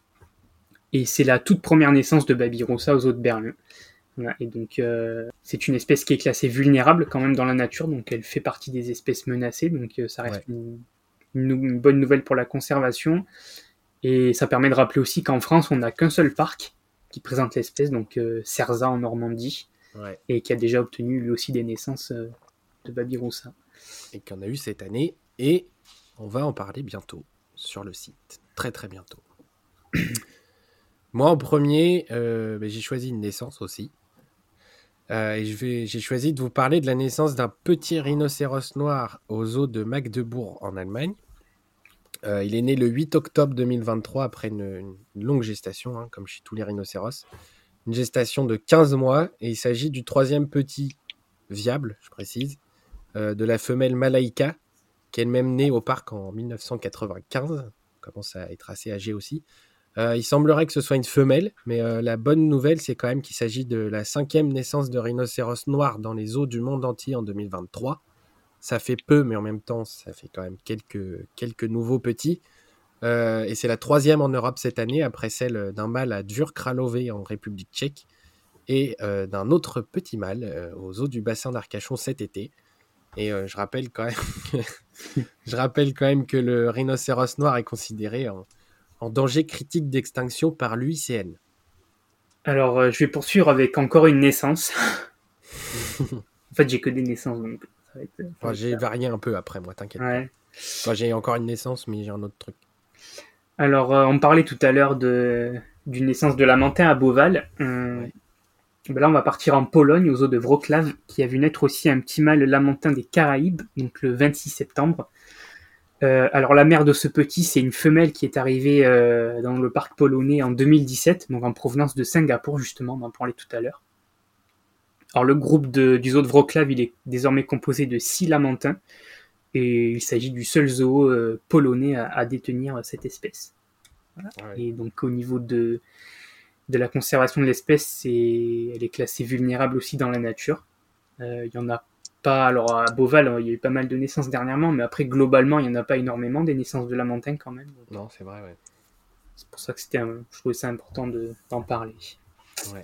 et c'est la toute première naissance de babiroussa aux zoo de Berlin. Voilà, et donc euh, c'est une espèce qui est classée vulnérable quand même dans la nature, donc elle fait partie des espèces menacées, donc euh, ça reste ouais. une, une, une bonne nouvelle pour la conservation. Et ça permet de rappeler aussi qu'en France, on n'a qu'un seul parc qui présente l'espèce, donc euh, Cerza en Normandie, ouais. et qui a déjà obtenu lui aussi des naissances euh, de babiroussa. Et qu'il y en a eu cette année, et on va en parler bientôt sur le site, très très bientôt. Moi en premier, euh, bah, j'ai choisi une naissance aussi. Euh, et je vais, j'ai choisi de vous parler de la naissance d'un petit rhinocéros noir au zoo de Magdebourg en Allemagne. Euh, il est né le huit octobre deux mille vingt-trois après une, une longue gestation, hein, comme chez tous les rhinocéros. Une gestation de quinze mois, et il s'agit du troisième petit viable, je précise, euh, de la femelle Malaïka, qui est elle-même née au parc en dix-neuf cent quatre-vingt-quinze. Commence à être assez âgée aussi. Euh, il semblerait que ce soit une femelle, mais euh, la bonne nouvelle, c'est quand même qu'il s'agit de la cinquième naissance de rhinocéros noir dans les zoos du monde entier en deux mille vingt-trois. Ça fait peu, mais en même temps, ça fait quand même quelques, quelques nouveaux petits. Euh, et c'est la troisième en Europe cette année, après celle d'un mâle à Dvůr en République tchèque et euh, d'un autre petit mâle euh, aux zoo du bassin d'Arcachon cet été. Et euh, je rappelle quand même que, je rappelle quand même que le rhinocéros noir est considéré en en danger critique d'extinction par l'U I C N. Alors, euh, je vais poursuivre avec encore une naissance. En fait, j'ai que des naissances, donc ça va être... Ça enfin, va j'ai être... varié un peu après, moi, t'inquiète ouais. pas. Enfin, j'ai encore une naissance, mais j'ai un autre truc. Alors, euh, on parlait tout à l'heure de... d'une naissance de Lamentin à Beauval. Euh... Ouais. Ben là, on va partir en Pologne, au zoo de Wrocław, qui a vu naître aussi un petit mâle Lamentin des Caraïbes, donc le vingt-six septembre. Euh, alors la mère de ce petit, c'est une femelle qui est arrivée euh, dans le parc polonais en deux mille dix-sept, donc en provenance de Singapour justement, on en parlait tout à l'heure. Alors le groupe de, du zoo de Wrocław, il est désormais composé de six lamantins, Et il s'agit du seul zoo euh, polonais à, à détenir cette espèce. Voilà. Ouais. Et donc au niveau de, de la conservation de l'espèce, c'est, elle est classée vulnérable aussi dans la nature. Euh, il y en a pas, alors à Beauval, il y a eu pas mal de naissances dernièrement, mais après globalement, il n'y en a pas énormément des naissances de lamentins quand même. Donc, non, c'est vrai, ouais. C'est pour ça que c'était, un, je trouvais ça important de, d'en parler. Ouais.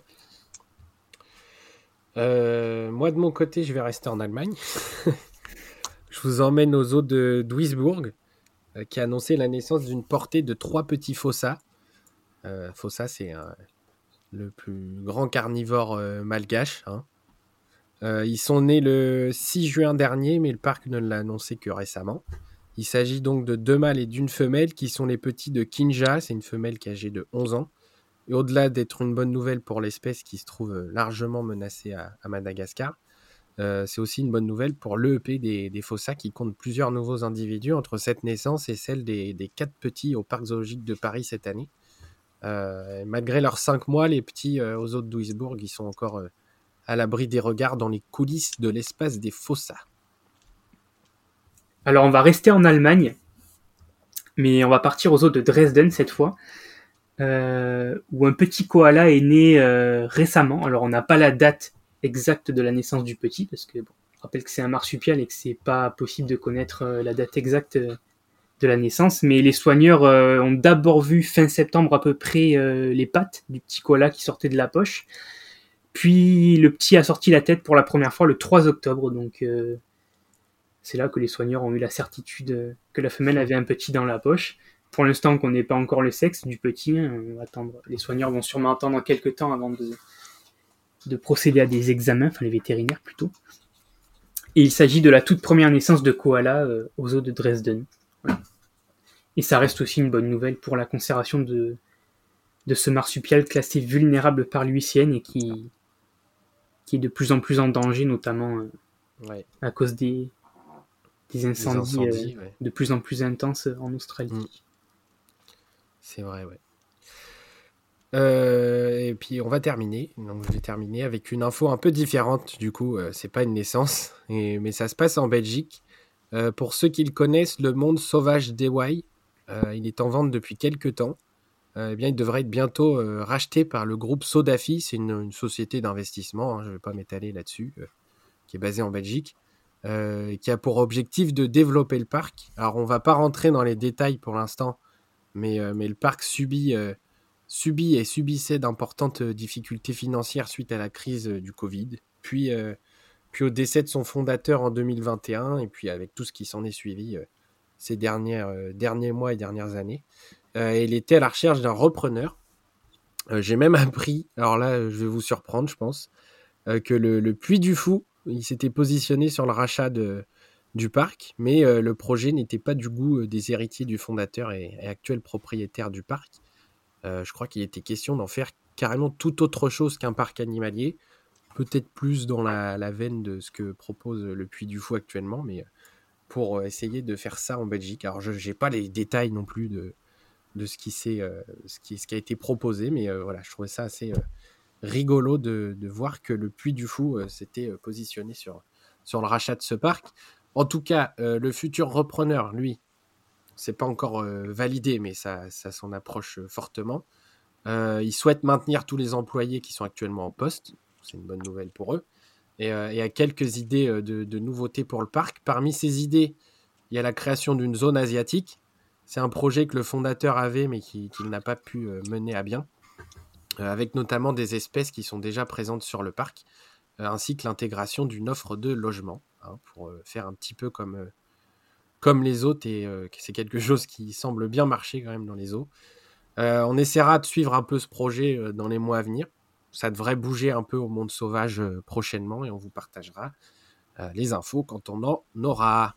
Euh, moi de mon côté, je vais rester en Allemagne. Je vous emmène au zoo de Duisburg, euh, qui a annoncé la naissance d'une portée de trois petits fossas. Euh, fossa, c'est euh, le plus grand carnivore euh, malgache. Hein. Euh, ils sont nés le six juin dernier, mais le parc ne l'a annoncé que récemment. Il s'agit donc de deux mâles et d'une femelle qui sont les petits de Kinja. C'est une femelle qui est âgée de onze ans. Et au-delà d'être une bonne nouvelle pour l'espèce qui se trouve largement menacée à, à Madagascar, euh, c'est aussi une bonne nouvelle pour l'E E P des, des fossas qui compte plusieurs nouveaux individus entre cette naissance et celle des, des quatre petits au parc zoologique de Paris cette année. Euh, malgré leurs cinq mois, les petits euh, aux zoo de Duisburg, ils sont encore euh, à l'abri des regards dans les coulisses de l'espace des fossas. Alors on va rester en Allemagne, mais on va partir au zoo de Dresden cette fois. Euh, où un petit koala est né euh, récemment. Alors on n'a pas la date exacte de la naissance du petit, parce que bon, je rappelle que c'est un marsupial et que c'est pas possible de connaître euh, la date exacte euh, de la naissance, mais les soigneurs euh, ont d'abord vu fin septembre à peu près euh, les pattes du petit koala qui sortait de la poche, puis le petit a sorti la tête pour la première fois le trois octobre, donc euh, c'est là que les soigneurs ont eu la certitude que la femelle avait un petit dans la poche. Pour l'instant, qu'on n'ait pas encore le sexe du petit, on va attendre. Les soigneurs vont sûrement attendre quelques temps avant de, de procéder à des examens, enfin les vétérinaires plutôt. Et il s'agit de la toute première naissance de koala euh, au zoo de Dresden. Voilà. Et ça reste aussi une bonne nouvelle pour la conservation de, de ce marsupial classé vulnérable par l'U I C N et qui, qui est de plus en plus en danger, notamment euh, ouais. à cause des, des incendies, des incendies euh, ouais. de plus en plus intenses en Australie. Mmh. C'est vrai, ouais. Euh, et puis on va terminer. Donc je vais terminer avec une info un peu différente. Du coup, euh, c'est pas une naissance, et, mais ça se passe en Belgique. Euh, pour ceux qui le connaissent, le monde sauvage d'Ewai, euh, il est en vente depuis quelques temps. Euh, eh bien, il devrait être bientôt euh, racheté par le groupe Sodafi. C'est une, une société d'investissement. Hein, je ne vais pas m'étaler là-dessus, euh, qui est basée en Belgique, euh, et qui a pour objectif de développer le parc. Alors, on va pas rentrer dans les détails pour l'instant. Mais, euh, mais le parc subit, euh, subit et subissait d'importantes difficultés financières suite à la crise euh, du Covid, puis, euh, puis au décès de son fondateur en deux mille vingt et un, et puis avec tout ce qui s'en est suivi euh, ces dernières, euh, derniers mois et dernières années. Euh, il était à la recherche d'un repreneur. Euh, j'ai même appris, alors là je vais vous surprendre je pense, euh, que le, le Puy du Fou, il s'était positionné sur le rachat de... du parc, mais euh, le projet n'était pas du goût euh, des héritiers du fondateur et, et actuel propriétaire du parc. Euh, je crois qu'il était question d'en faire carrément tout autre chose qu'un parc animalier, peut-être plus dans la, la veine de ce que propose le Puy du Fou actuellement, mais pour euh, essayer de faire ça en Belgique. Alors je n'ai pas les détails non plus de, de ce, qui euh, ce, qui, ce qui a été proposé, mais euh, voilà, je trouvais ça assez euh, rigolo de, de voir que le Puy du Fou euh, s'était euh, positionné sur, sur le rachat de ce parc. En tout cas, euh, le futur repreneur, lui, c'est pas encore euh, validé, mais ça, ça s'en approche euh, fortement. Euh, il souhaite maintenir tous les employés qui sont actuellement en poste. C'est une bonne nouvelle pour eux. Et, euh, et a quelques idées euh, de, de nouveautés pour le parc. Parmi ces idées, il y a la création d'une zone asiatique. C'est un projet que le fondateur avait, mais qui, qu'il n'a pas pu euh, mener à bien. Euh, avec notamment des espèces qui sont déjà présentes sur le parc, euh, ainsi que l'intégration d'une offre de logement. Hein, pour euh, faire un petit peu comme, euh, comme les autres, et euh, c'est quelque chose qui semble bien marcher quand même dans les zoos. Euh, on essaiera de suivre un peu ce projet euh, dans les mois à venir. Ça devrait bouger un peu au monde sauvage euh, prochainement, et on vous partagera euh, les infos quand on en aura.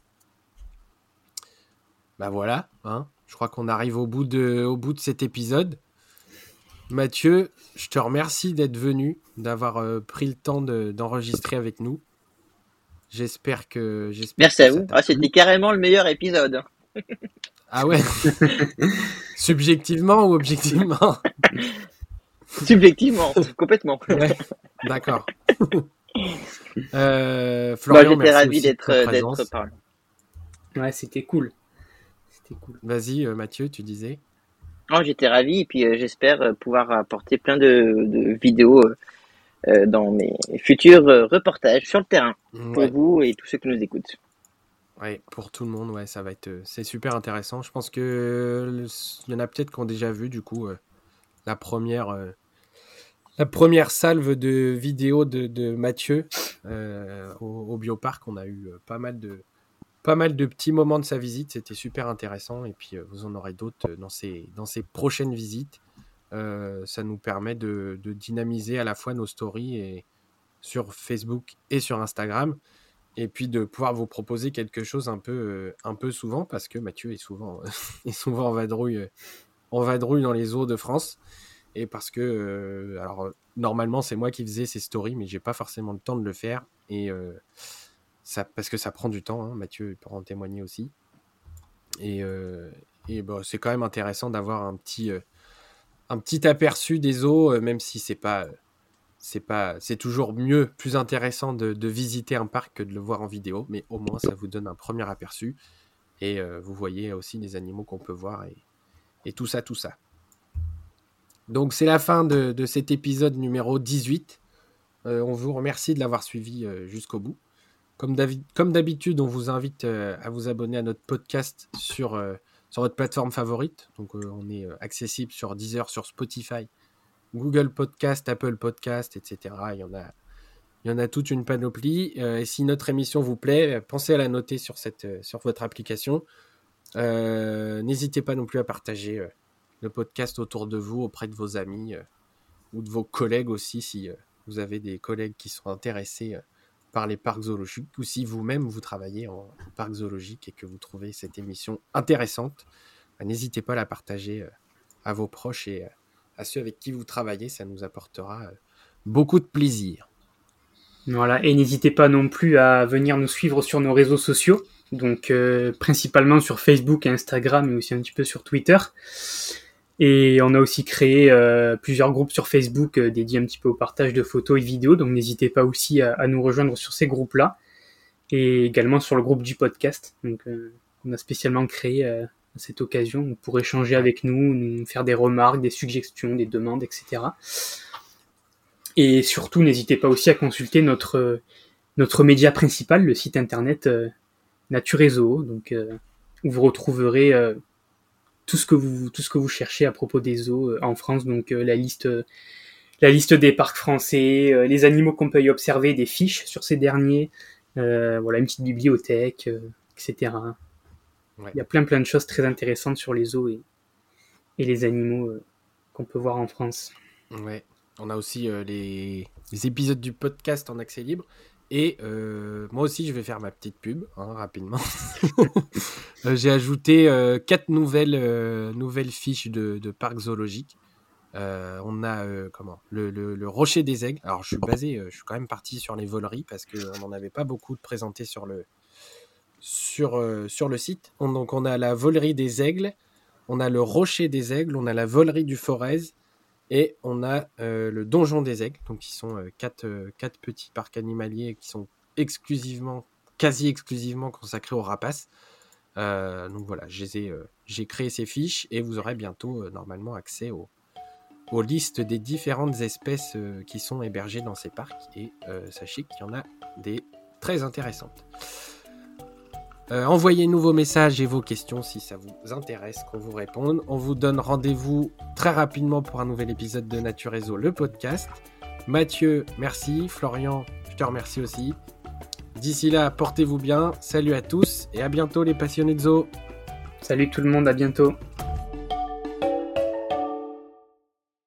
Bah voilà, hein, je crois qu'on arrive au bout de, au bout de cet épisode. Mathieu, je te remercie d'être venu, d'avoir euh, pris le temps de, d'enregistrer avec nous. J'espère que. J'espère Merci que à vous. Ah, c'était carrément le meilleur épisode. Ah ouais. Subjectivement ou objectivement? Subjectivement, complètement. Ouais, d'accord. euh, Florian, bah, j'étais merci ravi aussi d'être, de ta présence. d'être parlé. Ouais, c'était cool. C'était cool. Vas-y, euh, Mathieu, tu disais. Oh, j'étais ravi et puis euh, j'espère euh, pouvoir apporter plein de, de vidéos euh, euh, dans mes futurs euh, reportages sur le terrain pour Ouais. vous et tous ceux qui nous écoutent. Ouais, pour tout le monde, ouais, ça va être, euh, c'est super intéressant. Je pense que euh, il y en a peut-être qui ont déjà vu du coup euh, la première, euh, la première salve de vidéos de, de Mathieu euh, au, au Bioparc. On a eu euh, pas mal de, pas mal de petits moments de sa visite. C'était super intéressant. Et puis euh, vous en aurez d'autres euh, dans ces, dans ces prochaines visites. Euh, ça nous permet de, de dynamiser à la fois nos stories et sur Facebook et sur Instagram. Et puis de pouvoir vous proposer quelque chose un peu, euh, un peu souvent, parce que Mathieu est souvent, est souvent en vadrouille, euh, en vadrouille dans les eaux de France. Et parce que, euh, alors, euh, normalement, c'est moi qui faisais ces stories, mais j'ai pas forcément le temps de le faire. Et euh, ça, parce que ça prend du temps, hein, Mathieu peut en témoigner aussi. Et, euh, et bon, c'est quand même intéressant d'avoir un petit, euh, un petit aperçu des eaux, euh, même si c'est pas. Euh, c'est pas, c'est toujours mieux, plus intéressant de, de visiter un parc que de le voir en vidéo, mais au moins ça vous donne un premier aperçu et euh, vous voyez aussi les animaux qu'on peut voir et, et tout ça, tout ça. Donc c'est la fin de, de cet épisode numéro dix-huit. Euh, on vous remercie de l'avoir suivi euh, jusqu'au bout. Comme, comme d'habitude, on vous invite euh, à vous abonner à notre podcast sur, euh, sur votre plateforme favorite. Donc euh, on est accessible sur Deezer, sur Spotify, Google Podcast, Apple Podcast, et cetera. Il y en a, il y en a toute une panoplie. Euh, et si notre émission vous plaît, pensez à la noter sur, cette, sur votre application. Euh, n'hésitez pas non plus à partager euh, le podcast autour de vous, auprès de vos amis euh, ou de vos collègues aussi, si euh, vous avez des collègues qui sont intéressés euh, par les parcs zoologiques ou si vous-même vous travaillez en, en parc zoologique et que vous trouvez cette émission intéressante, bah, n'hésitez pas à la partager euh, à vos proches et euh, à ceux avec qui vous travaillez, ça nous apportera euh, beaucoup de plaisir. Voilà, et n'hésitez pas non plus à venir nous suivre sur nos réseaux sociaux, donc euh, principalement sur Facebook et Instagram, mais aussi un petit peu sur Twitter. Et on a aussi créé euh, plusieurs groupes sur Facebook euh, dédiés un petit peu au partage de photos et vidéos, donc n'hésitez pas aussi à, à nous rejoindre sur ces groupes-là, et également sur le groupe du podcast, donc euh, on a spécialement créé euh, à cette occasion pour échanger avec nous, nous faire des remarques, des suggestions, des demandes, et cetera. Et surtout, n'hésitez pas aussi à consulter notre, notre média principal, le site internet euh, Nature et Zoo, donc, euh, où vous retrouverez euh, tout, ce que vous, tout ce que vous cherchez à propos des zoos euh, en France, donc euh, la, liste, euh, la liste des parcs français, euh, les animaux qu'on peut y observer, des fiches sur ces derniers, euh, voilà, une petite bibliothèque, euh, et cetera. Ouais. Il y a plein plein de choses très intéressantes sur les zoos et, et les animaux euh, qu'on peut voir en France. Ouais. On a aussi euh, les, les épisodes du podcast en accès libre. Et euh, moi aussi, je vais faire ma petite pub, hein, rapidement. euh, j'ai ajouté euh, quatre nouvelles, euh, nouvelles fiches de, de parcs zoologiques. Euh, on a euh, comment le, le, le Rocher des Aigles. Alors, je suis basé, euh, je suis quand même parti sur les voleries parce qu'on n'en avait pas beaucoup de présentés sur le, sur, euh, sur le site. On, donc, on a la volerie des Aigles, on a le Rocher des Aigles, on a la volerie du Forez. Et on a euh, le Donjon des Aigles, donc qui sont euh, quatre, euh, quatre petits parcs animaliers qui sont exclusivement, quasi exclusivement consacrés aux rapaces. Euh, donc voilà, j'ai, euh, j'ai créé ces fiches et vous aurez bientôt euh, normalement accès aux, aux listes des différentes espèces euh, qui sont hébergées dans ces parcs. Et euh, sachez qu'il y en a des très intéressantes. Euh, envoyez-nous vos messages et vos questions si ça vous intéresse qu'on vous réponde. On vous donne rendez-vous très rapidement pour un nouvel épisode de Nature et Zoo, le podcast. Mathieu, merci. Florian, je te remercie aussi. D'ici là, portez-vous bien. Salut à tous et à bientôt les passionnés de zoo. Salut tout le monde, à bientôt.